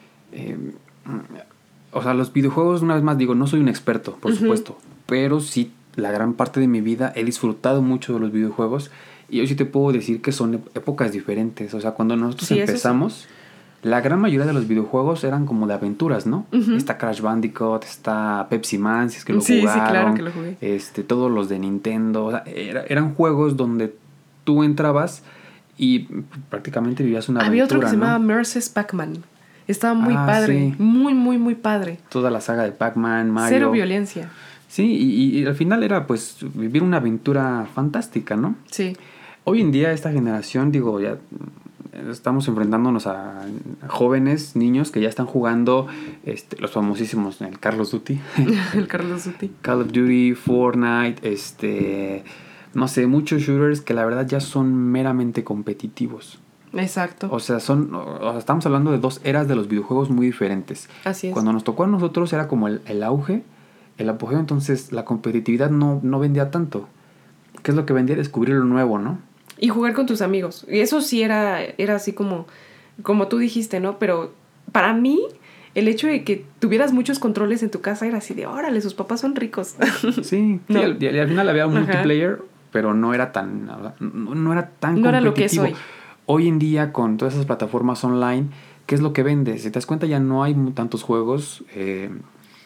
o sea, los videojuegos, una vez más digo, no soy un experto, por supuesto, pero sí, la gran parte de mi vida he disfrutado mucho de los videojuegos y hoy sí te puedo decir que son épocas diferentes. O sea, cuando nosotros empezamos... La gran mayoría de los videojuegos eran como de aventuras, ¿no? Está Crash Bandicoot, está Pepsi Man, si es que lo jugaron. Sí, claro que lo jugué. Todos los de Nintendo. O sea, eran juegos donde tú entrabas y prácticamente vivías una Había aventura, otro que se llamaba Mercedes Pac-Man. Estaba muy padre. Sí. Muy, muy, muy padre. Toda la saga de Pac-Man, Mario. Cero violencia. Sí, y al final era pues vivir una aventura fantástica, ¿no? Sí. Hoy en día esta generación, digo, ya... Estamos enfrentándonos a jóvenes, niños que ya están jugando los famosísimos, el Carlos Duty. El Carlos Duty. Call of Duty, Fortnite, no sé, muchos shooters que la verdad ya son meramente competitivos. Exacto. O sea, estamos hablando de dos eras de los videojuegos muy diferentes. Así es. Cuando nos tocó a nosotros era como el auge, el apogeo, entonces la competitividad no vendía tanto. ¿Qué es lo que vendía? Descubrir lo nuevo, ¿no? Y jugar con tus amigos. Y eso sí era así como tú dijiste, ¿no? Pero para mí, el hecho de que tuvieras muchos controles en tu casa era así de, órale, sus papás son ricos. Sí, ¿no? Y al final había un multiplayer, pero no era tan competitivo. No era lo que es hoy. Hoy en día, con todas esas plataformas online, ¿qué es lo que vende? Si te das cuenta, ya no hay tantos juegos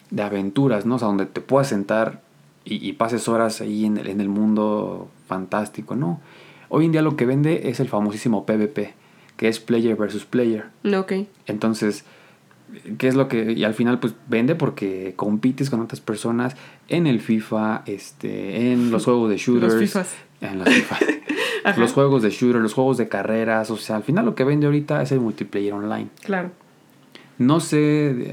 de aventuras, ¿no? O sea, donde te puedas sentar y pases horas ahí en el mundo fantástico, ¿no? Hoy en día lo que vende es el famosísimo PvP, que es Player versus Player. Ok. Entonces, ¿qué es lo que...? Y al final, pues, vende porque compites con otras personas en el FIFA, en los juegos de shooters. Los FIFAs. En los FIFAs. Los juegos de shooters, los juegos de carreras. O sea, al final lo que vende ahorita es el multiplayer online. Claro. No sé,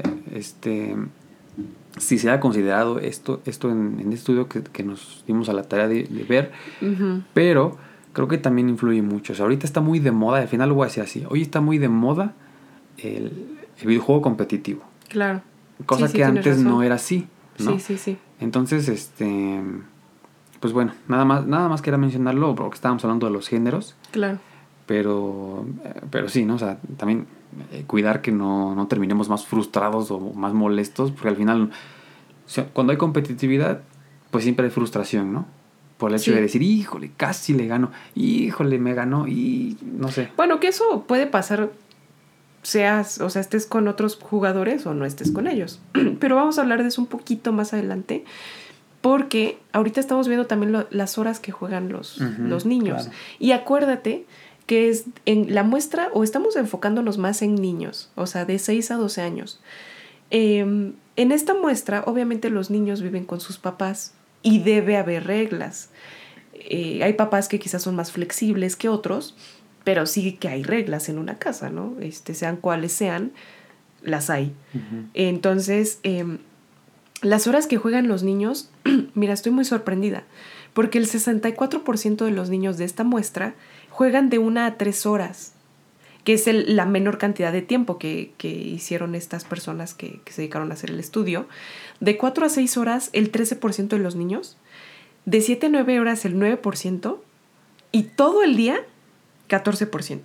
si se ha considerado esto en este estudio que nos dimos a la tarea de ver, pero creo que también influye mucho. O sea, ahorita está muy de moda, al final lo voy a decir así, hoy está muy de moda el videojuego competitivo. Claro. Cosa Sí, que antes no era así, ¿no? Sí. Entonces, pues bueno, nada más quería mencionarlo porque estábamos hablando de los géneros. Claro. Pero sí, ¿no? O sea, también cuidar que no terminemos más frustrados o más molestos, porque al final, o sea, cuando hay competitividad, pues siempre hay frustración, ¿no? Por el hecho de decir, híjole, casi le gano, híjole, me ganó, y no sé. Bueno, que eso puede pasar, estés con otros jugadores o no estés con ellos. Pero vamos a hablar de eso un poquito más adelante, porque ahorita estamos viendo también las horas que juegan los niños. Claro. Y acuérdate que es en la muestra, o estamos enfocándonos más en niños, o sea, de 6 a 12 años. En esta muestra, obviamente los niños viven con sus papás y debe haber reglas. Hay papás que quizás son más flexibles que otros, pero sí que hay reglas en una casa, ¿no? Sean cuales sean, las hay. Entonces, las horas que juegan los niños, mira, estoy muy sorprendida, porque el 64% de los niños de esta muestra juegan de 1 a 3 horas, que es la menor cantidad de tiempo que hicieron estas personas que se dedicaron a hacer el estudio. De 4 a 6 horas, el 13% de los niños. De 7 a 9 horas, el 9%. Y todo el día, 14%.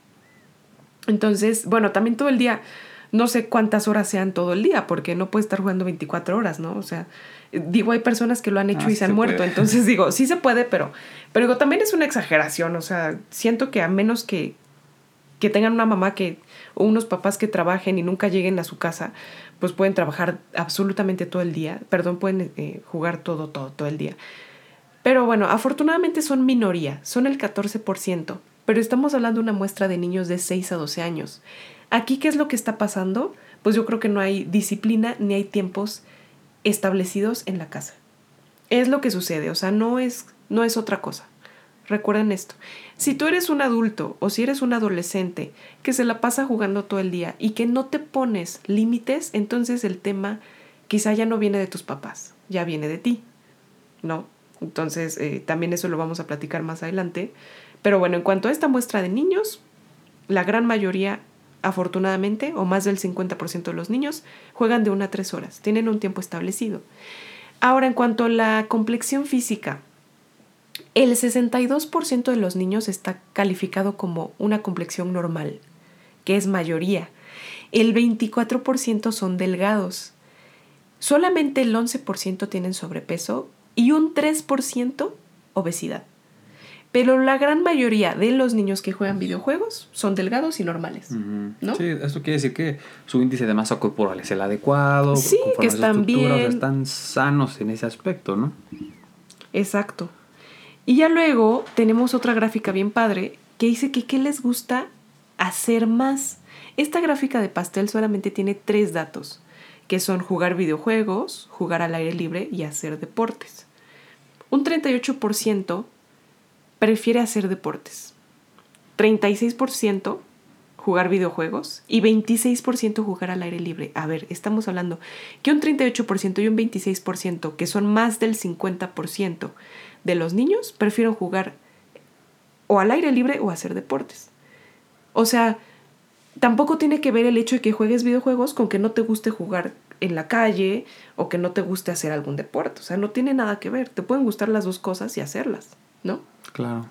Entonces, bueno, también todo el día, no sé cuántas horas sean todo el día, porque no puede estar jugando 24 horas, ¿no? O sea, digo, hay personas que lo han hecho y se han muerto. Puede. Entonces digo, sí se puede, pero digo, también es una exageración. O sea, siento que a menos que tengan una mamá o unos papás que trabajen y nunca lleguen a su casa, pues pueden trabajar absolutamente todo el día. Pueden jugar todo el día. Pero bueno, afortunadamente son minoría, son el 14%. Pero estamos hablando de una muestra de niños de 6 a 12 años. Aquí, ¿qué es lo que está pasando? Pues yo creo que no hay disciplina ni hay tiempos establecidos en la casa. Es lo que sucede, o sea, no es otra cosa. Recuerden esto. Si tú eres un adulto o si eres un adolescente que se la pasa jugando todo el día y que no te pones límites, entonces el tema quizá ya no viene de tus papás, ya viene de ti, ¿no? Entonces también eso lo vamos a platicar más adelante. Pero bueno, en cuanto a esta muestra de niños, la gran mayoría, afortunadamente, o más del 50% de los niños, juegan de 1 a 3 horas, tienen un tiempo establecido. Ahora, en cuanto a la complexión física, el 62% de los niños está calificado como una complexión normal, que es mayoría. El 24% son delgados. Solamente el 11% tienen sobrepeso y un 3% obesidad. Pero la gran mayoría de los niños que juegan videojuegos son delgados y normales, ¿no? Sí, esto quiere decir que su índice de masa corporal es el adecuado. Sí, que están bien. O sea, están sanos en ese aspecto, ¿no? Exacto. Y ya luego tenemos otra gráfica bien padre que dice que qué les gusta hacer más. Esta gráfica de pastel solamente tiene 3 datos, que son jugar videojuegos, jugar al aire libre y hacer deportes. Un 38% prefiere hacer deportes, 36% jugar videojuegos y 26% jugar al aire libre. A ver, estamos hablando que un 38% y un 26%, que son más del 50% de los niños, prefieren jugar o al aire libre o hacer deportes. O sea, tampoco tiene que ver el hecho de que juegues videojuegos con que no te guste jugar en la calle o que no te guste hacer algún deporte. O sea, no tiene nada que ver. Te pueden gustar las dos cosas y hacerlas, ¿no? Claro.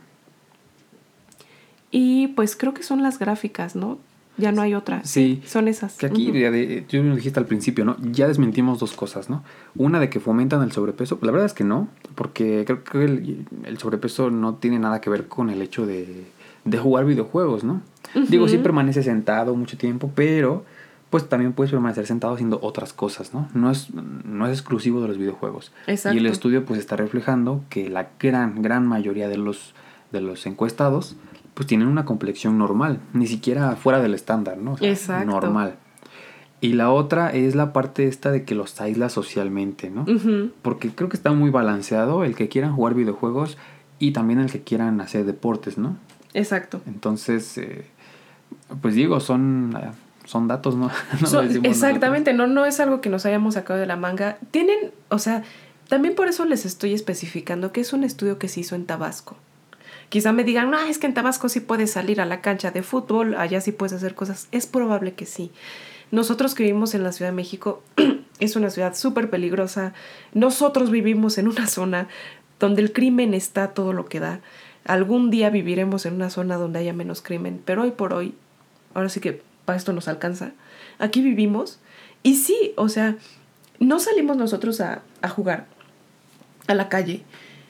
Y pues creo que son las gráficas, ¿no? Ya no hay otra. Sí. Son esas. Que aquí, tú lo dijiste al principio, ¿no? Ya desmentimos 2 cosas, ¿no? Una de que fomentan el sobrepeso. La verdad es que no, porque creo que el sobrepeso no tiene nada que ver con el hecho de jugar videojuegos, ¿no? Digo, sí permanece sentado mucho tiempo, pero pues también puedes permanecer sentado haciendo otras cosas, ¿no? No es exclusivo de los videojuegos. Exacto. Y el estudio pues está reflejando que la gran mayoría de los encuestados pues tienen una complexión normal, ni siquiera fuera del estándar, ¿no? O sea, Exacto. normal. Y la otra es la parte esta de que los aísla socialmente, ¿no? Uh-huh. Porque creo que está muy balanceado el que quieran jugar videojuegos y también el que quieran hacer deportes, ¿no? Exacto. Entonces, pues digo, son datos, ¿no? Exactamente, no es algo que nos hayamos sacado de la manga. Tienen, o sea, también por eso les estoy especificando que es un estudio que se hizo en Tabasco. Quizá me digan, no, es que en Tabasco sí puedes salir a la cancha de fútbol, allá sí puedes hacer cosas. Es probable que sí. Nosotros que vivimos en la Ciudad de México, es una ciudad súper peligrosa. Nosotros vivimos en una zona donde el crimen está todo lo que da. Algún día viviremos en una zona donde haya menos crimen, pero hoy por hoy, ahora sí que para esto nos alcanza. Aquí vivimos y sí, o sea, no salimos nosotros a jugar a la calle,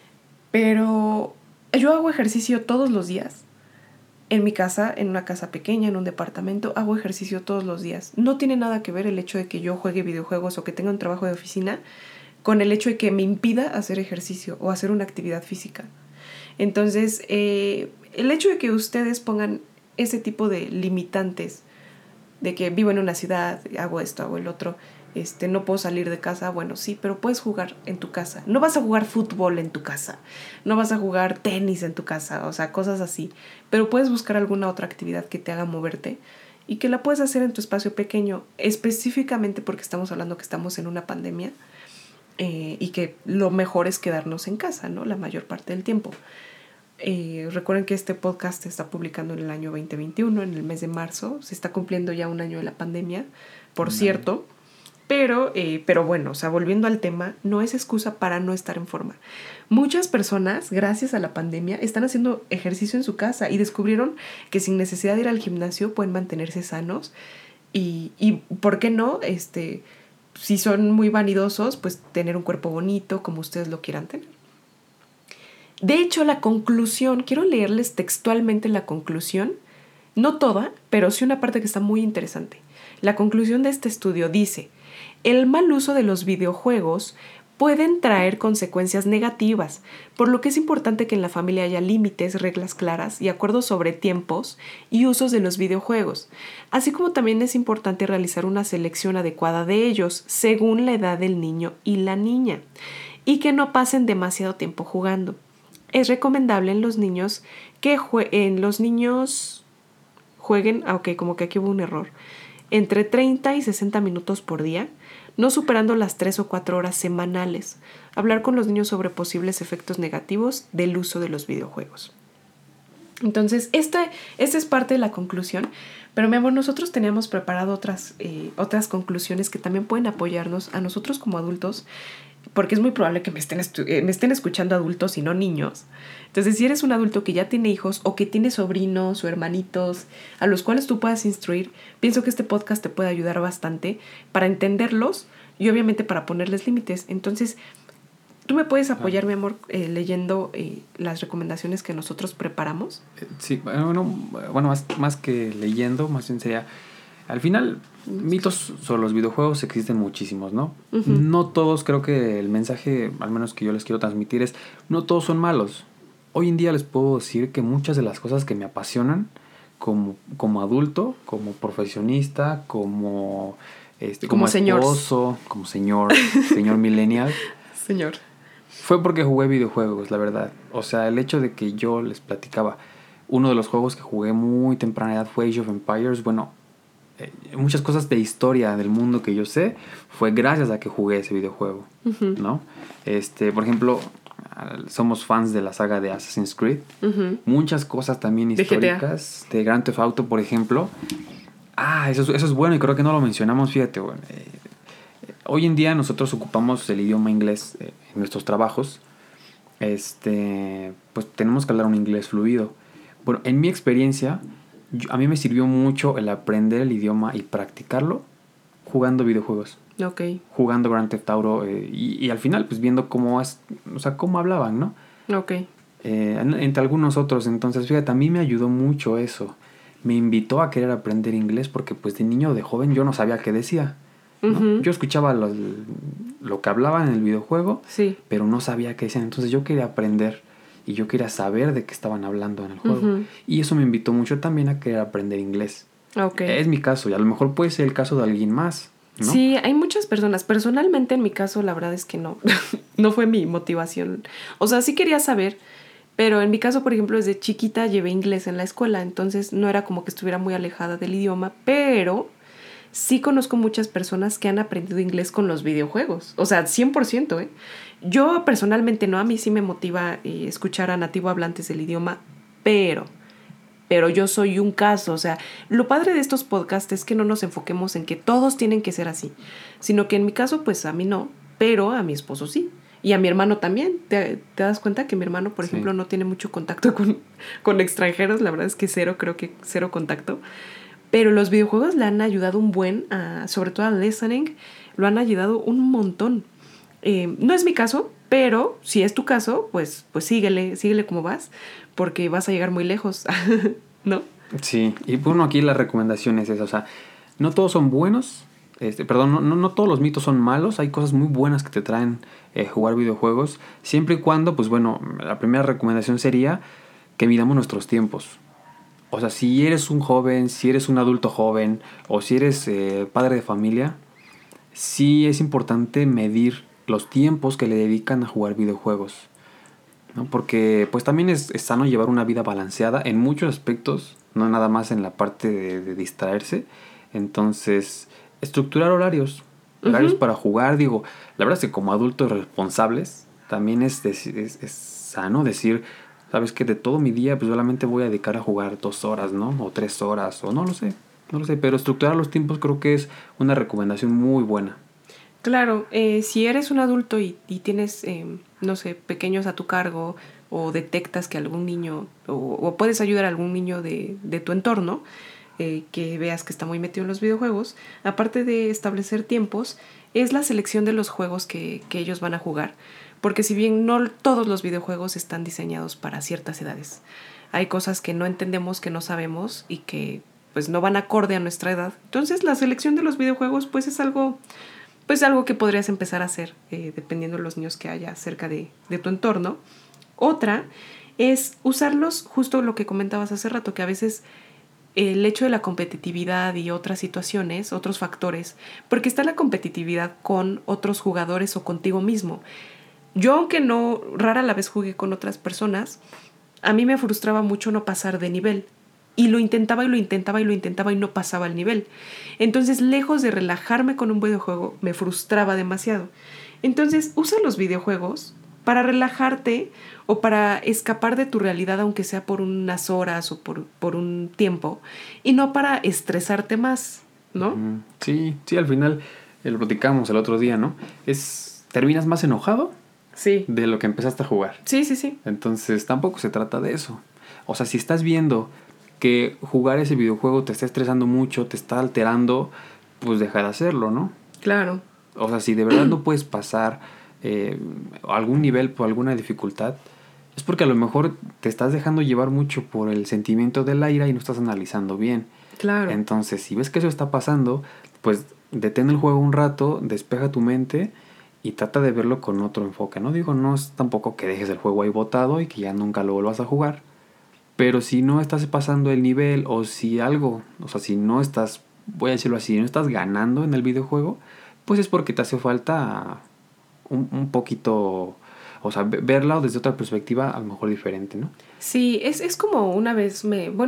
pero yo hago ejercicio todos los días. En mi casa, en una casa pequeña, en un departamento, hago ejercicio todos los días. No tiene nada que ver el hecho de que yo juegue videojuegos o que tenga un trabajo de oficina con el hecho de que me impida hacer ejercicio o hacer una actividad física. Entonces, el hecho de que ustedes pongan ese tipo de limitantes, de que vivo en una ciudad, hago esto, hago el otro, no puedo salir de casa, bueno, sí, pero puedes jugar en tu casa. No vas a jugar fútbol en tu casa, no vas a jugar tenis en tu casa, o sea, cosas así. Pero puedes buscar alguna otra actividad que te haga moverte y que la puedes hacer en tu espacio pequeño, específicamente porque estamos hablando que estamos en una pandemia y que lo mejor es quedarnos en casa, ¿no? La mayor parte del tiempo. Recuerden que este podcast se está publicando en el año 2021, en el mes de marzo. Se está cumpliendo ya un año de la pandemia, por cierto. Pero bueno, o sea, volviendo al tema, no es excusa para no estar en forma. Muchas personas, gracias a la pandemia, están haciendo ejercicio en su casa y descubrieron que sin necesidad de ir al gimnasio pueden mantenerse sanos. Y ¿por qué no? Si son muy vanidosos, pues tener un cuerpo bonito como ustedes lo quieran tener. De hecho, la conclusión, quiero leerles textualmente la conclusión, no toda, pero sí una parte que está muy interesante. La conclusión de este estudio dice: el mal uso de los videojuegos pueden traer consecuencias negativas, por lo que es importante que en la familia haya límites, reglas claras y acuerdos sobre tiempos y usos de los videojuegos, así como también es importante realizar una selección adecuada de ellos según la edad del niño y la niña, y que no pasen demasiado tiempo jugando. Es recomendable en los niños que jueguen, aunque como que aquí hubo un error, entre 30 y 60 minutos por día, no superando las 3 o 4 horas semanales. Hablar con los niños sobre posibles efectos negativos del uso de los videojuegos. Entonces, esta es parte de la conclusión, pero mi amor, nosotros teníamos preparado otras conclusiones que también pueden apoyarnos a nosotros como adultos, porque es muy probable que me estén escuchando adultos y no niños. Entonces, si eres un adulto que ya tiene hijos o que tiene sobrinos o hermanitos a los cuales tú puedas instruir, pienso que este podcast te puede ayudar bastante para entenderlos y obviamente para ponerles límites. Entonces, tú me puedes apoyar, mi amor, leyendo las recomendaciones que nosotros preparamos. Sí, bueno, más que leyendo, más bien sería... Al final, mitos sobre los videojuegos existen muchísimos, ¿no? Uh-huh. No todos, creo que el mensaje, al menos que yo les quiero transmitir, es no todos son malos. Hoy en día les puedo decir que muchas de las cosas que me apasionan como adulto, como profesionista, como esposo, como señor millennial. Señor. Fue porque jugué videojuegos, la verdad. O sea, el hecho de que yo les platicaba, uno de los juegos que jugué muy temprana edad fue Age of Empires. Bueno, muchas cosas de historia del mundo que yo sé fue gracias a que jugué ese videojuego, uh-huh. ¿no? Por ejemplo, somos fans de la saga de Assassin's Creed. Uh-huh. Muchas cosas también históricas de Grand Theft Auto, por ejemplo. Eso es bueno y creo que no lo mencionamos, fíjate, bueno. Hoy en día nosotros ocupamos el idioma inglés en nuestros trabajos. Pues tenemos que hablar un inglés fluido. Bueno, en mi experiencia, a mí me sirvió mucho el aprender el idioma y practicarlo jugando videojuegos. Okay. Jugando Grand Theft Auto y al final pues viendo cómo hablaban, ¿no? Okay. Entre algunos otros. Entonces, fíjate, a mí me ayudó mucho eso. me invitó a querer aprender inglés porque pues de niño o de joven yo no sabía qué decía, ¿no? Ujú. Yo escuchaba lo que hablaban en el videojuego, Sí. pero no sabía qué decían. Entonces yo quería aprender y yo quería saber de qué estaban hablando en el juego. Ujú. Y eso me invitó mucho también a querer aprender inglés. Ok. Es mi caso y a lo mejor puede ser el caso de alguien más, ¿no? Sí, hay muchas personas. Personalmente, en mi caso, la verdad es que no. No fue mi motivación. O sea, sí quería saber, pero en mi caso, por ejemplo, desde chiquita llevé inglés en la escuela, entonces no era como que estuviera muy alejada del idioma, pero sí conozco muchas personas que han aprendido inglés con los videojuegos. O sea, 100%, ¿eh? Yo personalmente no, a mí sí me motiva escuchar a nativo hablantes del idioma, pero yo soy un caso. O sea, lo padre de estos podcasts es que no nos enfoquemos en que todos tienen que ser así, sino que en mi caso, pues a mí no, pero a mi esposo sí. Y a mi hermano también. ¿Te das cuenta que mi hermano, por Sí. ejemplo, no tiene mucho contacto con extranjeros? La verdad es que creo que cero contacto. Pero los videojuegos le han ayudado un buen, sobre todo al listening, lo han ayudado un montón. No es mi caso, pero si es tu caso, pues síguele como vas, porque vas a llegar muy lejos, ¿no? Sí, y bueno, aquí la recomendación es esa, o sea, no todos son buenos, perdón, no todos los mitos son malos, hay cosas muy buenas que te traen jugar videojuegos, siempre y cuando, pues bueno, la primera recomendación sería que midamos nuestros tiempos. O sea, si eres un joven, si eres un adulto joven, o si eres padre de familia, sí es importante medir los tiempos que le dedican a jugar videojuegos, ¿no? Porque pues también es sano llevar una vida balanceada en muchos aspectos, no nada más en la parte de distraerse. Entonces, estructurar horarios Ujú. para jugar, digo, la verdad es que como adultos responsables, también es sano decir, sabes que de todo mi día pues solamente voy a dedicar a jugar 2 horas, ¿no? O 3 horas, o no lo sé, pero estructurar los tiempos creo que es una recomendación muy buena. Claro, si eres un adulto y tienes, no sé, pequeños a tu cargo o detectas que algún niño, o puedes ayudar a algún niño de tu entorno, que veas que está muy metido en los videojuegos, aparte de establecer tiempos, es la selección de los juegos que ellos van a jugar. Porque si bien no todos los videojuegos están diseñados para ciertas edades, hay cosas que no entendemos, que no sabemos y que pues no van acorde a nuestra edad. Entonces la selección de los videojuegos pues es algo que podrías empezar a hacer dependiendo de los niños que haya cerca de tu entorno. Otra es usarlos, justo lo que comentabas hace rato, que a veces el hecho de la competitividad y otras situaciones, otros factores, porque está la competitividad con otros jugadores o contigo mismo. Yo, aunque no rara la vez jugué con otras personas, a mí me frustraba mucho no pasar de nivel. Y lo intentaba y lo intentaba y lo intentaba y no pasaba el nivel. Entonces, lejos de relajarme con un videojuego, me frustraba demasiado. Entonces, usa los videojuegos para relajarte o para escapar de tu realidad, aunque sea por unas horas o por un tiempo, y no para estresarte más, ¿no? Sí, sí, al final lo platicamos el otro día, ¿no? Terminas más enojado Sí. de lo que empezaste a jugar. Sí, sí, sí. Entonces tampoco se trata de eso. O sea, si estás viendo que jugar ese videojuego te está estresando mucho, te está alterando, pues deja de hacerlo, ¿no? Claro. O sea, si de verdad no puedes pasar algún nivel por alguna dificultad, es porque a lo mejor te estás dejando llevar mucho por el sentimiento de la ira y no estás analizando bien. Claro. Entonces, si ves que eso está pasando, pues detén el juego un rato, despeja tu mente y trata de verlo con otro enfoque. No digo, no es tampoco que dejes el juego ahí botado y que ya nunca lo vuelvas a jugar. Pero si no estás pasando el nivel o si algo, o sea, si no estás, voy a decirlo así, no estás ganando en el videojuego, pues es porque te hace falta un poquito, o sea, verla desde otra perspectiva a lo mejor diferente, ¿no? Sí, es como una vez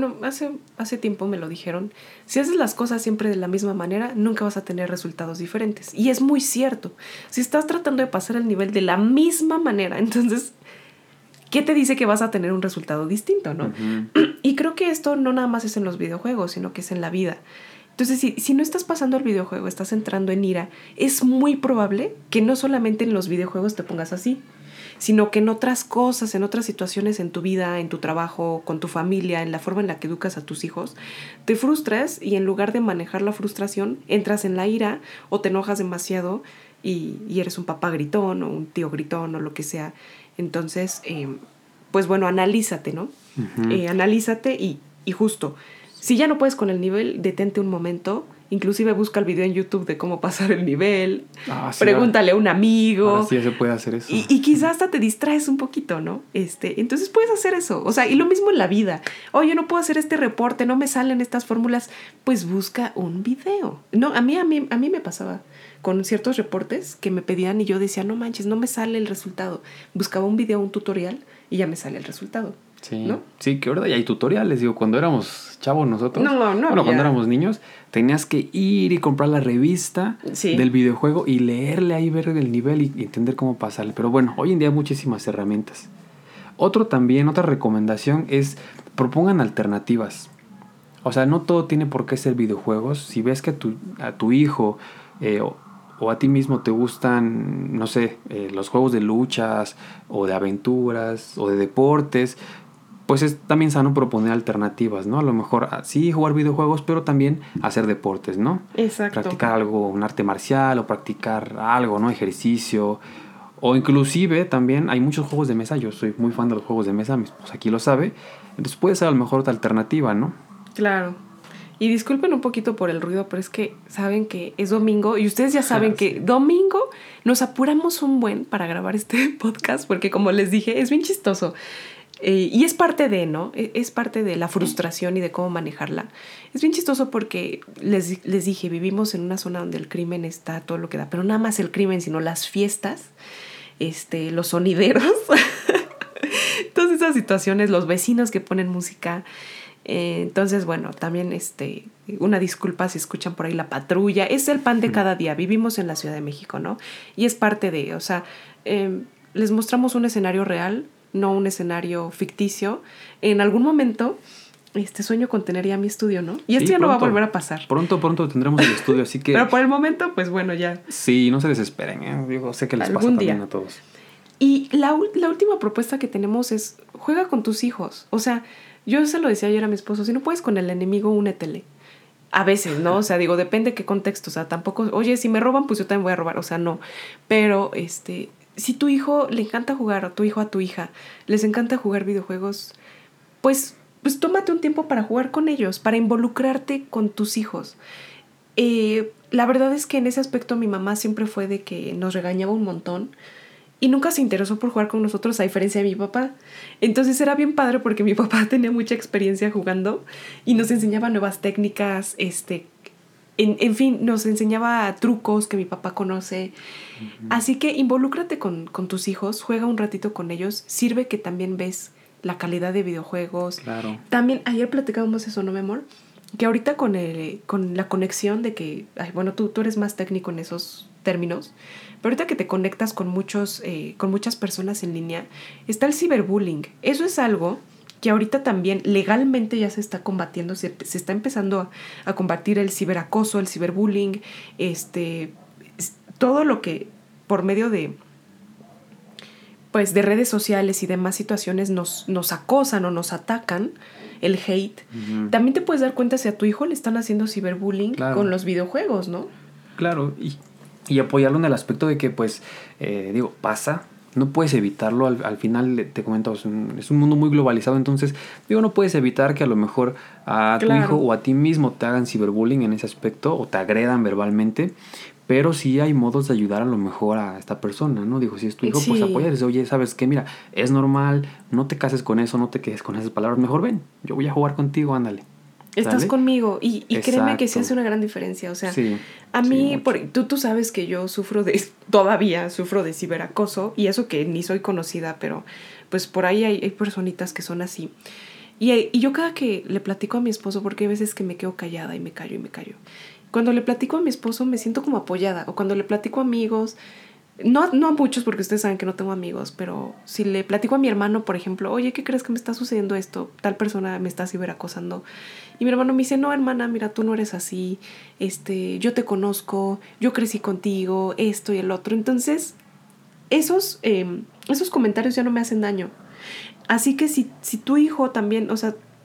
hace tiempo me lo dijeron, si haces las cosas siempre de la misma manera, nunca vas a tener resultados diferentes. Y es muy cierto. Si estás tratando de pasar el nivel de la misma manera, entonces, ¿qué te dice que vas a tener un resultado distinto, no? Uh-huh. Y creo que esto no nada más es en los videojuegos, sino que es en la vida. Entonces, si no estás pasando el videojuego, estás entrando en ira, es muy probable que no solamente en los videojuegos te pongas así, sino que en otras cosas, en otras situaciones en tu vida, en tu trabajo, con tu familia, en la forma en la que educas a tus hijos, te frustras y en lugar de manejar la frustración, entras en la ira o te enojas demasiado y eres un papá gritón o un tío gritón o lo que sea. Entonces, pues bueno, analízate, ¿no? Uh-huh. Analízate y justo, Si ya no puedes con el nivel, detente un momento. Inclusive busca el video en YouTube de cómo pasar el nivel. Sí, pregúntale a un amigo. Ahora sí ya se puede hacer eso. Y quizás hasta te distraes un poquito, ¿no? Entonces puedes hacer eso. O sea, y lo mismo en la vida. Oye, no puedo hacer este reporte, no me salen estas fórmulas. Pues busca un video. No, a mí me pasaba con ciertos reportes que me pedían y yo decía, no manches, no me sale el resultado. Buscaba un video, un tutorial y ya me sale el resultado. Sí, ¿no? Sí, que verdad, y hay tutoriales, digo, cuando éramos chavos nosotros, bueno, cuando éramos niños, tenías que ir y comprar la revista del videojuego y leerle ahí, ver el nivel y entender cómo pasarle. Pero bueno, hoy en día hay muchísimas herramientas. Otra recomendación es propongan alternativas. O sea, no todo tiene por qué ser videojuegos. Si ves que a tu hijo o a ti mismo te gustan, no sé, los juegos de luchas o de aventuras o de deportes, pues es también sano proponer alternativas, ¿no? A lo mejor sí jugar videojuegos, pero también hacer deportes, ¿no? Exacto. Practicar algo, un arte marcial o practicar algo, ¿no? Ejercicio. O inclusive también hay muchos juegos de mesa. Yo soy muy fan de los juegos de mesa, mi esposa aquí lo sabe. Entonces puede ser a lo mejor otra alternativa, ¿no? Claro. Y disculpen un poquito por el ruido, pero es que saben que es domingo y ustedes ya saben que domingo nos apuramos un buen para grabar este podcast porque como les dije, es bien chistoso. Y es parte de, ¿no? Es parte de la frustración y de cómo manejarla. Es bien chistoso porque les dije, vivimos en una zona donde el crimen está todo lo que da, pero nada más el crimen, sino las fiestas, los sonideros, todas esas situaciones, los vecinos que ponen música. Entonces, bueno, también una disculpa si escuchan por ahí la patrulla. Es el pan de cada día. Vivimos en la Ciudad de México, ¿no? Y es parte de, o sea, les mostramos un escenario real, no un escenario ficticio. En algún momento sueño con tener ya mi estudio, ¿no? Y esto ya no va a volver a pasar. Pronto tendremos el estudio, así que... Pero por el momento, pues bueno, ya. Sí, no se desesperen, ¿eh? Digo, sé que les pasa también a todos. Y la última propuesta que tenemos es, juega con tus hijos. O sea, yo se lo decía ayer a mi esposo, si no puedes con el enemigo, únetele. A veces, ¿no? O sea, digo, depende de qué contexto. O sea, tampoco, oye, si me roban, pues yo también voy a robar. O sea, no. Pero, si tu hijo le encanta jugar, o tu hijo a tu hija, les encanta jugar videojuegos, pues tómate un tiempo para jugar con ellos, para involucrarte con tus hijos. La verdad es que en ese aspecto mi mamá siempre fue de que nos regañaba un montón y nunca se interesó por jugar con nosotros, a diferencia de mi papá. Entonces era bien padre porque mi papá tenía mucha experiencia jugando y nos enseñaba nuevas técnicas, en fin, nos enseñaba trucos que mi papá conoce. Uh-huh. Así que involúcrate con tus hijos, juega un ratito con ellos, sirve que también ves la calidad de videojuegos. Claro. También, ayer platicábamos eso, ¿no, mi amor? Que ahorita con la conexión de que, bueno, tú eres más técnico en esos términos, pero ahorita que te conectas con muchas personas en línea, está el ciberbullying. Eso es algo que ahorita también legalmente ya se está combatiendo, se está empezando a combatir el ciberacoso, el ciberbullying, todo lo que por medio de redes sociales y demás situaciones nos acosan o nos atacan, el hate. Uh-huh. También te puedes dar cuenta si a tu hijo le están haciendo ciberbullying con los videojuegos, ¿no? Claro, y apoyarlo en el aspecto de que, pasa. No puedes evitarlo, al final te comento, es un mundo muy globalizado, entonces, no puedes evitar que a lo mejor a tu hijo o a ti mismo te hagan ciberbullying en ese aspecto o te agredan verbalmente, pero sí hay modos de ayudar a lo mejor a esta persona, ¿no? Digo, si es tu hijo, pues apóyales, oye, ¿sabes qué? Mira, es normal, no te cases con eso, no te quedes con esas palabras, mejor ven, yo voy a jugar contigo, ándale. Estás conmigo y créeme que sí hace una gran diferencia. O sea, a mí, tú sabes que yo todavía sufro de ciberacoso y eso que ni soy conocida, pero pues por ahí hay personitas que son así. Y yo cada que le platico a mi esposo, porque hay veces que me quedo callada y me callo. Cuando le platico a mi esposo me siento como apoyada, o cuando le platico a amigos, no a muchos porque ustedes saben que no tengo amigos, pero si le platico a mi hermano, por ejemplo, oye, ¿qué crees que me está sucediendo esto? Tal persona me está ciberacosando. Y mi hermano me dice, no, hermana, mira, tú no eres así, yo te conozco, yo crecí contigo, esto y el otro. Entonces, esos comentarios ya no me hacen daño. Así que si tu hijo también, o sea,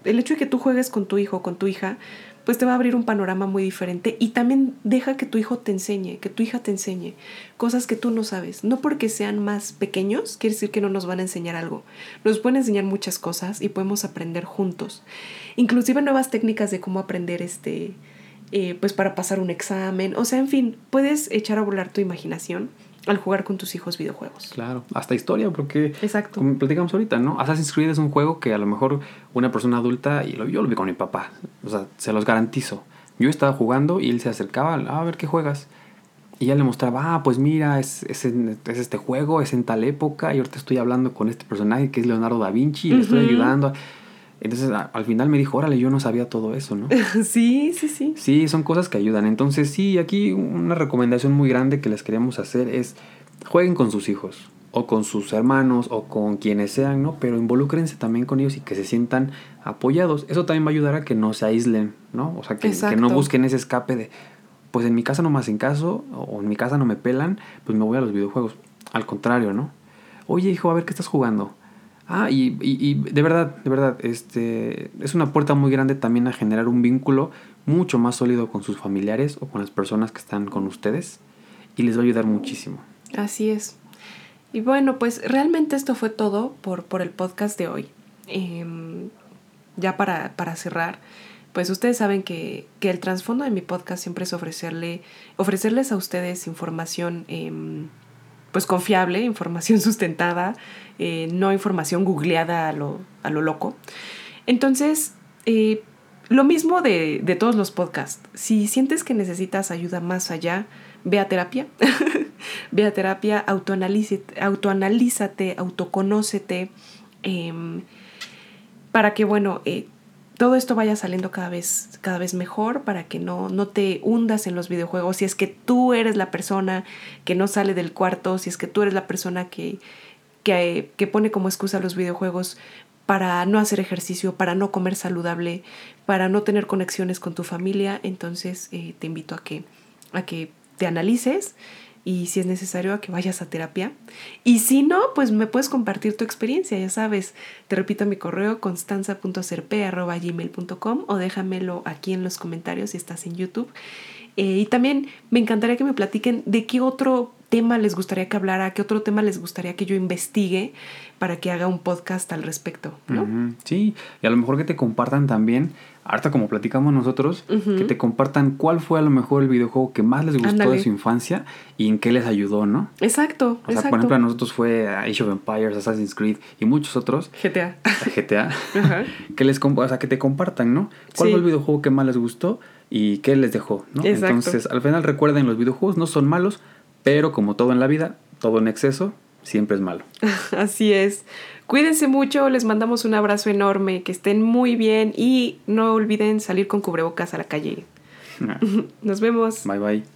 el hecho de que tú juegues con tu hijo o con tu hija, pues te va a abrir un panorama muy diferente y también deja que tu hijo te enseñe, que tu hija te enseñe cosas que tú no sabes. No porque sean más pequeños, quiere decir que no nos van a enseñar algo. Nos pueden enseñar muchas cosas y podemos aprender juntos. Inclusive nuevas técnicas de cómo aprender pues para pasar un examen. O sea, en fin, puedes echar a volar tu imaginación al jugar con tus hijos videojuegos. Claro, hasta historia, porque exacto, como platicamos ahorita, ¿no? Assassin's Creed es un juego que a lo mejor una persona adulta, yo lo vi con mi papá, o sea, se los garantizo. Yo estaba jugando y él se acercaba, a ver qué juegas. Y ya le mostraba, pues mira, es este juego, es en tal época, y ahorita estoy hablando con este personaje que es Leonardo da Vinci y le estoy ayudando. Entonces, al final me dijo, órale, yo no sabía todo eso, ¿no? Sí. Sí, son cosas que ayudan. Entonces, sí, aquí una recomendación muy grande que les queríamos hacer es jueguen con sus hijos, o con sus hermanos, o con quienes sean, ¿no? Pero involúcrense también con ellos y que se sientan apoyados. Eso también va a ayudar a que no se aíslen, ¿no? O sea, que no busquen ese escape de, pues en mi casa no me hacen caso, o en mi casa no me pelan, pues me voy a los videojuegos. Al contrario, ¿no? Oye, hijo, a ver, ¿qué estás jugando? Y de verdad, es una puerta muy grande también a generar un vínculo mucho más sólido con sus familiares o con las personas que están con ustedes y les va a ayudar muchísimo. Así es. Y bueno, pues realmente esto fue todo por el podcast de hoy. Ya para cerrar, pues ustedes saben que el trasfondo de mi podcast siempre es ofrecerles a ustedes información pues confiable, información sustentada, no información googleada a lo loco. Entonces, lo mismo de todos los podcasts. Si sientes que necesitas ayuda más allá, ve a terapia. Ve a terapia, autoanalízate, autoconócete, para que, bueno, todo esto vaya saliendo cada vez mejor, para que no te hundas en los videojuegos. Si es que tú eres la persona que no sale del cuarto, si es que tú eres la persona que pone como excusa los videojuegos para no hacer ejercicio, para no comer saludable, para no tener conexiones con tu familia, entonces te invito a que te analices y si es necesario a que vayas a terapia. Y si no, pues me puedes compartir tu experiencia, ya sabes. Te repito mi correo constanza.cerpe@gmail.com o déjamelo aquí en los comentarios si estás en YouTube. Y también me encantaría que me platiquen de qué otro tema les gustaría que hablara, qué otro tema les gustaría que yo investigue para que haga un podcast al respecto, ¿no? Uh-huh. Sí, y a lo mejor que te compartan también, ahorita como platicamos nosotros, que te compartan cuál fue a lo mejor el videojuego que más les gustó de su infancia y en qué les ayudó, ¿no? Exacto, o sea, por ejemplo, a nosotros fue Age of Empires, Assassin's Creed y muchos otros. GTA. Que que te compartan, ¿no? ¿Cuál fue el videojuego que más les gustó y qué les dejó, ¿no? Exacto. Entonces, al final recuerden, los videojuegos no son malos, pero como todo en la vida, todo en exceso siempre es malo. Así es. Cuídense mucho, les mandamos un abrazo enorme, que estén muy bien y no olviden salir con cubrebocas a la calle. Nos vemos. Bye, bye.